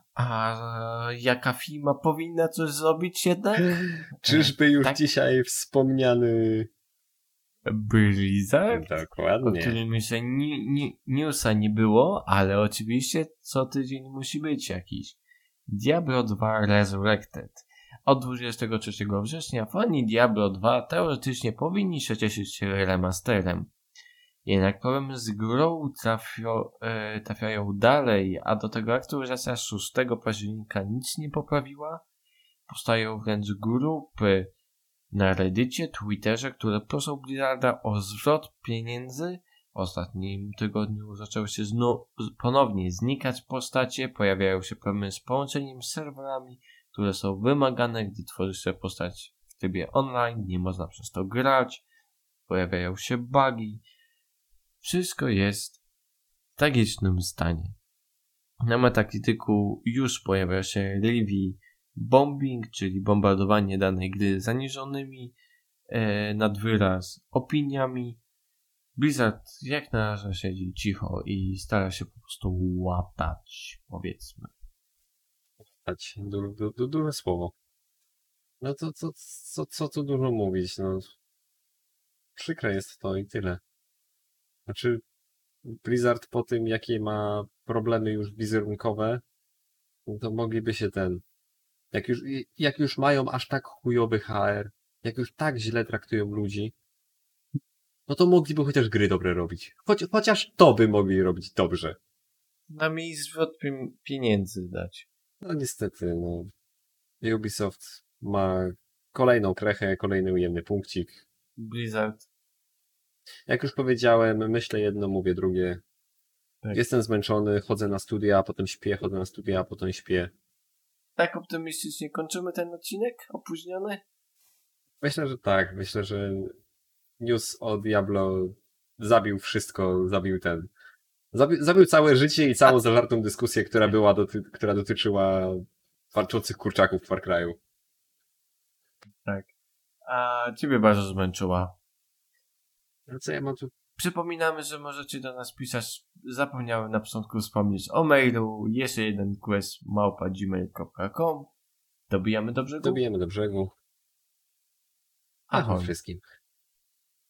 A jaka firma powinna coś zrobić jednak? Czyżby już tak? dzisiaj wspomniany... Blizzard? O Dokładnie. którym jeszcze ni- ni- newsa nie było, ale oczywiście co tydzień musi być jakiś. Diablo dwa Resurrected. Od dwudziestego trzeciego września fani Diablo dwa teoretycznie powinni się cieszyć się remasterem. Jednak problemy z grą trafio, e, trafiają dalej, a do tego aktualizacja szóstego października nic nie poprawiła. Powstają wręcz grupy na Reddicie, Twitterze, które proszą Blizzarda o zwrot pieniędzy. W ostatnim tygodniu zaczęły się znowu ponownie znikać postacie, pojawiają się problemy z połączeniem z serwerami, które są wymagane, gdy tworzy się postać w trybie online, nie można przez to grać, pojawiają się bugi. Wszystko jest w tragicznym stanie. Na Metacriticu już pojawia się review bombing, czyli bombardowanie danej gry zaniżonymi e, nad wyraz opiniami. Blizzard jak na razie siedzi cicho i stara się po prostu łapać, powiedzmy. Dać du, du, du, duże słowo. No to co, co, co tu dużo mówić, no. Przykre jest to i tyle. Znaczy, Blizzard po tym, jakie ma problemy już wizerunkowe, no to mogliby się ten... Jak już, jak już mają aż tak chujowy H R, jak już tak źle traktują ludzi, no to mogliby chociaż gry dobre robić. Choć, chociaż to by mogli robić dobrze. Na mi zwrot pi- pieniędzy dać. No niestety, no. Ubisoft ma kolejną krechę, kolejny ujemny punkcik. Blizzard. Jak już powiedziałem, myślę jedno, mówię drugie. Tak. Jestem zmęczony, chodzę na studia, a potem śpię, chodzę na studia, a potem śpię. Tak optymistycznie kończymy ten odcinek opóźniony? Myślę, że tak. Myślę, że news o Diablo zabił wszystko, zabił ten. Zabił, zabił całe życie i całą zawartą dyskusję, która była, doty, która dotyczyła walczących kurczaków w Far Cry'u. Tak. a ciebie bardzo zmęczyła. No co ja mam tu? Przypominamy, że możecie do nas pisać. Zapomniałem na początku wspomnieć o mailu. Jeszcze jeden quest małpa gmail kropka com. Dobijamy do brzegu. Dobijemy do brzegu. Ahoj Ahoj. wszystkim.